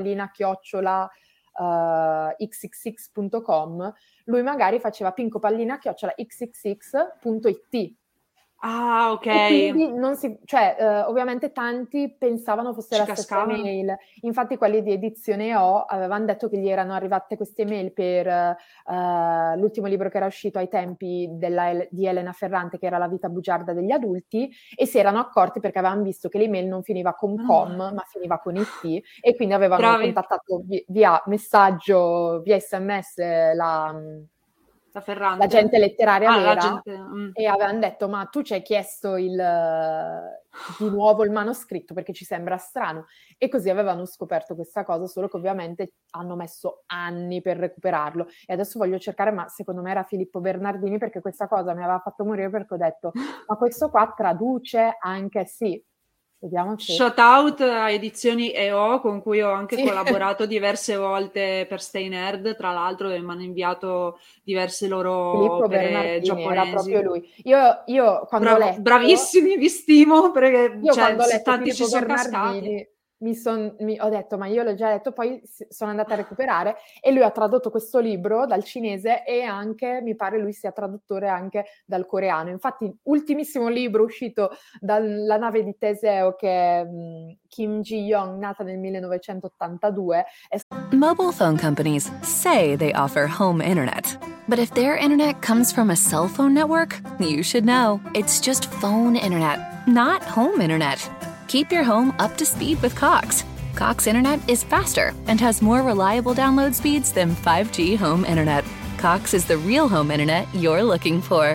pincopallina@xxx.com. Lui magari faceva pincopallina@xxx.it. Ah, ok. E quindi ovviamente tanti pensavano fosse la stessa email. Infatti quelli di Edizione O avevano detto che gli erano arrivate queste email per l'ultimo libro che era uscito ai tempi di Elena Ferrante, che era La vita bugiarda degli adulti, e si erano accorti perché avevano visto che l'email non finiva con com, ma finiva con it, e quindi avevano contattato via messaggio, via SMS La Ferrante? L'agente letteraria vera, l'agente, e avevano detto: ma tu ci hai chiesto di nuovo il manoscritto perché ci sembra strano, e così avevano scoperto questa cosa, solo che ovviamente hanno messo anni per recuperarlo, e adesso voglio cercare, ma secondo me era Filippo Bernardini, perché questa cosa mi aveva fatto morire, perché ho detto: ma questo qua traduce anche, sì, vediamo se... Shout out a Edizioni EO, con cui ho anche Sì. collaborato diverse volte per Stay Nerd, tra l'altro, e mi hanno inviato diverse loro Filippo opere Bernardini, era giapponesi. proprio lui. Io quando ho letto... Bravissimi, vi stimo, perché Io quando ho letto tanti ci Filippo sono cascati. Bernardini ho detto, ma io l'ho già letto, poi sono andata a recuperare, e lui ha tradotto questo libro dal cinese, e anche, mi pare, lui sia traduttore anche dal coreano. Infatti, ultimissimo libro uscito dalla nave di Teseo, che è Kim Ji-young, nata nel 1982. Mobile phone companies say they offer home internet. But if their internet comes from a cell phone network, you should know. It's just phone internet, not home internet. Keep your home up to speed with Cox. Cox Internet is faster and has more reliable download speeds than 5G home internet. Cox is the real home internet you're looking for.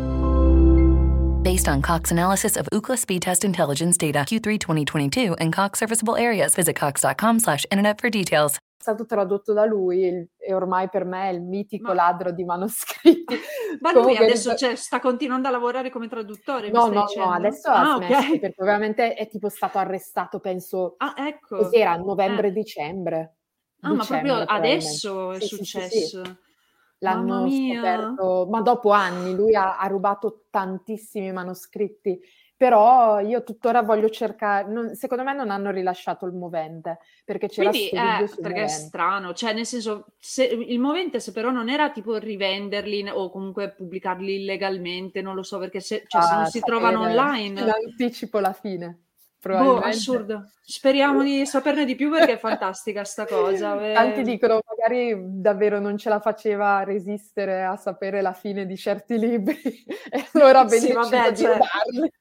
Based on Cox analysis of Ookla speed test intelligence data Q3 2022 and Cox serviceable areas, visit cox.com/internet for details. È stato tradotto da lui, e ormai per me è il mitico ladro di manoscritti. Ma lui adesso sta continuando a lavorare come traduttore? No, dicendo? adesso ha smesso, okay. perché ovviamente è tipo stato arrestato, penso, ecco. cos'era, novembre-dicembre. Ma proprio adesso è Sì. successo. L'hanno Mamma mia. scoperto, ma dopo anni. Lui ha rubato tantissimi manoscritti, però io tuttora voglio cercare, secondo me non hanno rilasciato il movente, perché c'era Quindi, sto video sul perché è movente. strano, cioè nel senso, se il movente, se però non era tipo rivenderli o comunque pubblicarli illegalmente, non lo so, perché se non si trovano online... In anticipo la fine, Boh, probabilmente. assurdo. Speriamo di saperne di più, perché è fantastica sta cosa. Tanti dicono magari davvero non ce la faceva a resistere a sapere la fine di certi libri, e allora ben Sì, deciso vabbè, di rubarli.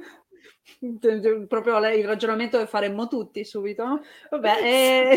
Proprio il ragionamento che faremmo tutti subito, no? Vabbè,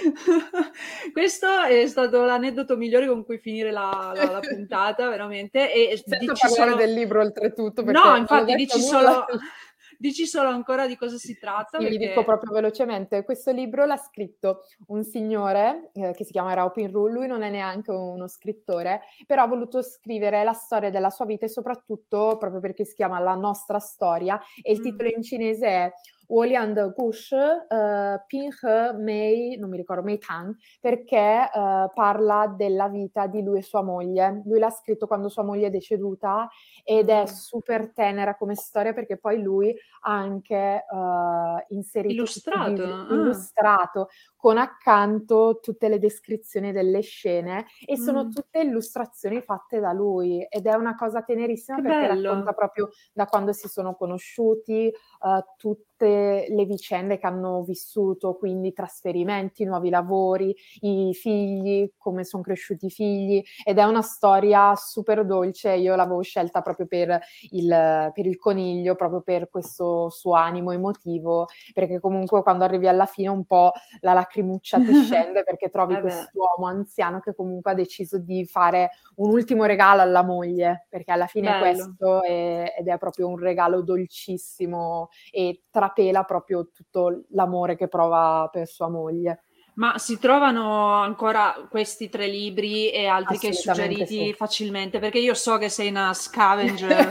questo è stato l'aneddoto migliore con cui finire la puntata, veramente. E Senza parlare del libro, oltretutto, perché no, non ho infatti detto nulla. dici solo ancora di cosa si tratta. Sì, vi dico proprio velocemente. Questo libro l'ha scritto un signore che si chiama Rao Pinru. Lui non è neanche uno scrittore, però ha voluto scrivere la storia della sua vita, e soprattutto proprio perché si chiama La nostra storia, e il titolo in cinese è Wolian de Gush Ping He Mei, non mi ricordo, Mei Tang, perché parla della vita di lui e sua moglie. Lui l'ha scritto quando sua moglie è deceduta, ed è super tenera come storia, perché poi lui ha anche inserito illustrato, con accanto tutte le descrizioni delle scene, e sono tutte illustrazioni fatte da lui, ed è una cosa tenerissima, perché racconta proprio da quando si sono conosciuti, tutte le vicende che hanno vissuto, quindi trasferimenti, nuovi lavori, i figli, come sono cresciuti i figli, ed è una storia super dolce. Io l'avevo scelta proprio per il coniglio, proprio per questo suo animo emotivo, perché comunque quando arrivi alla fine un po' la lacrimuccia ti scende, perché trovi quest'uomo anziano che comunque ha deciso di fare un ultimo regalo alla moglie, perché alla fine è questo, ed è proprio un regalo dolcissimo, e trapela proprio tutto l'amore che prova per sua moglie. Ma si trovano ancora questi 3 libri e altri che hai suggeriti facilmente? Perché io so che sei una scavenger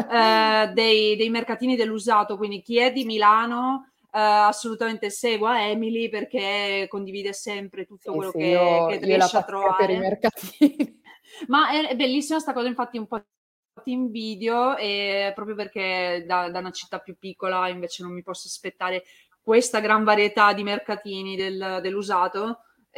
dei mercatini dell'usato, quindi chi è di Milano assolutamente segua Emily, perché condivide sempre tutto quello che riesce a trovare. Per i mercatini. Ma è bellissima sta cosa, infatti un po' ti invidio, proprio perché da una città più piccola invece non mi posso aspettare questa gran varietà di mercatini dell'usato,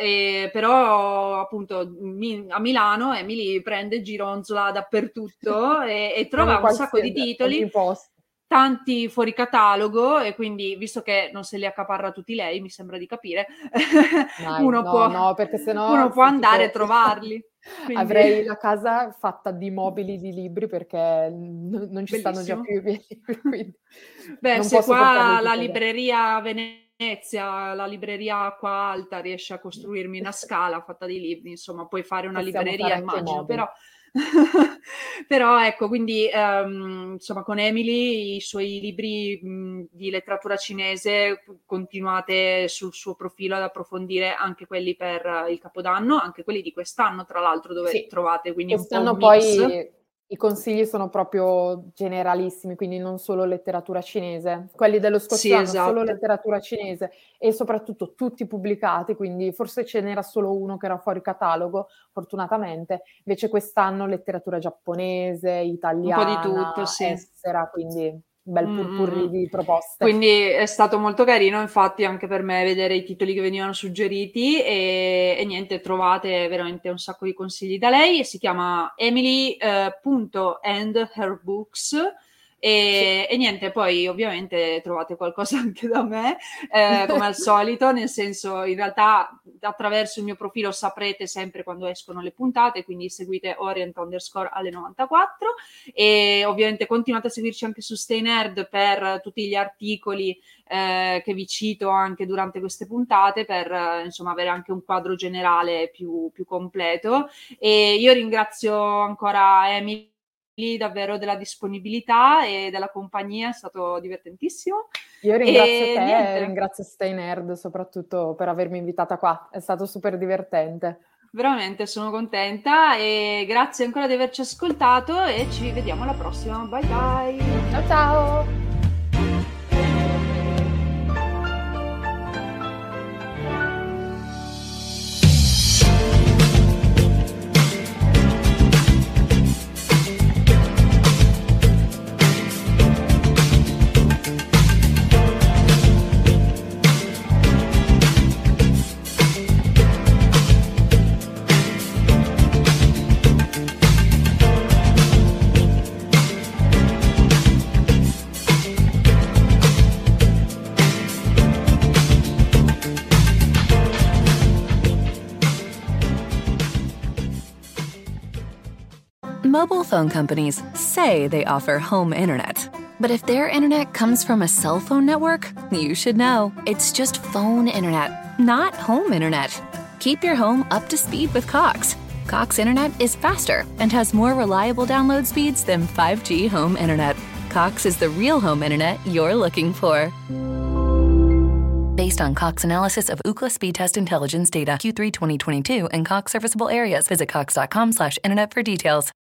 però appunto a Milano Emily prende, gironzola dappertutto e trova un sacco di titoli, tanti fuori catalogo, e quindi, visto che non se li accaparra tutti lei, mi sembra di capire, uno può andare a trovarli. Quindi... Avrei la casa fatta di mobili di libri, perché non ci stanno già più i miei libri, quindi non se posso qua la libreria Venezia, la libreria Acqua Alta riesce a costruirmi una scala fatta di libri, insomma puoi fare una libreria, immagino, però Però ecco, quindi insomma con Emily i suoi libri di letteratura cinese continuate sul suo profilo ad approfondire anche quelli per il Capodanno, anche quelli di quest'anno tra l'altro, dove Sì, trovate quindi un po' un quest'anno mix. poi i consigli sono proprio generalissimi, quindi non solo letteratura cinese. Quelli dello Sì, scorso anno solo esatto. letteratura cinese e soprattutto tutti pubblicati, quindi forse ce n'era solo uno che era fuori catalogo, fortunatamente. Invece quest'anno letteratura giapponese, Un po' di italiana, tutto, sì. estera, quindi un bel purpurri Mm. di proposte. Quindi è stato molto carino, infatti, anche per me vedere i titoli che venivano suggeriti e niente, trovate veramente un sacco di consigli da lei e si chiama Emily and Her Books e niente, poi ovviamente trovate qualcosa anche da me, come al solito, nel senso in realtà attraverso il mio profilo saprete sempre quando escono le puntate, quindi seguite Orient_alle94 e ovviamente continuate a seguirci anche su Stay Nerd per tutti gli articoli che vi cito anche durante queste puntate per insomma avere anche un quadro generale più completo e io ringrazio ancora Emily davvero della disponibilità e della compagnia, è stato divertentissimo. Io ringrazio E te, niente, ringrazio Stay Nerd soprattutto per avermi invitata qua, è stato super divertente. veramente sono contenta e grazie ancora di averci ascoltato e ci vediamo alla prossima. Bye bye! Ciao ciao! Mobile phone companies say they offer home internet. But if their internet comes from a cell phone network, you should know. It's just phone internet, not home internet. Keep your home up to speed with Cox. Cox internet is faster and has more reliable download speeds than 5G home internet. Cox is the real home internet you're looking for. Based on Cox analysis of Ookla speed test intelligence data Q3 2022 and Cox serviceable areas, visit cox.com/internet for details.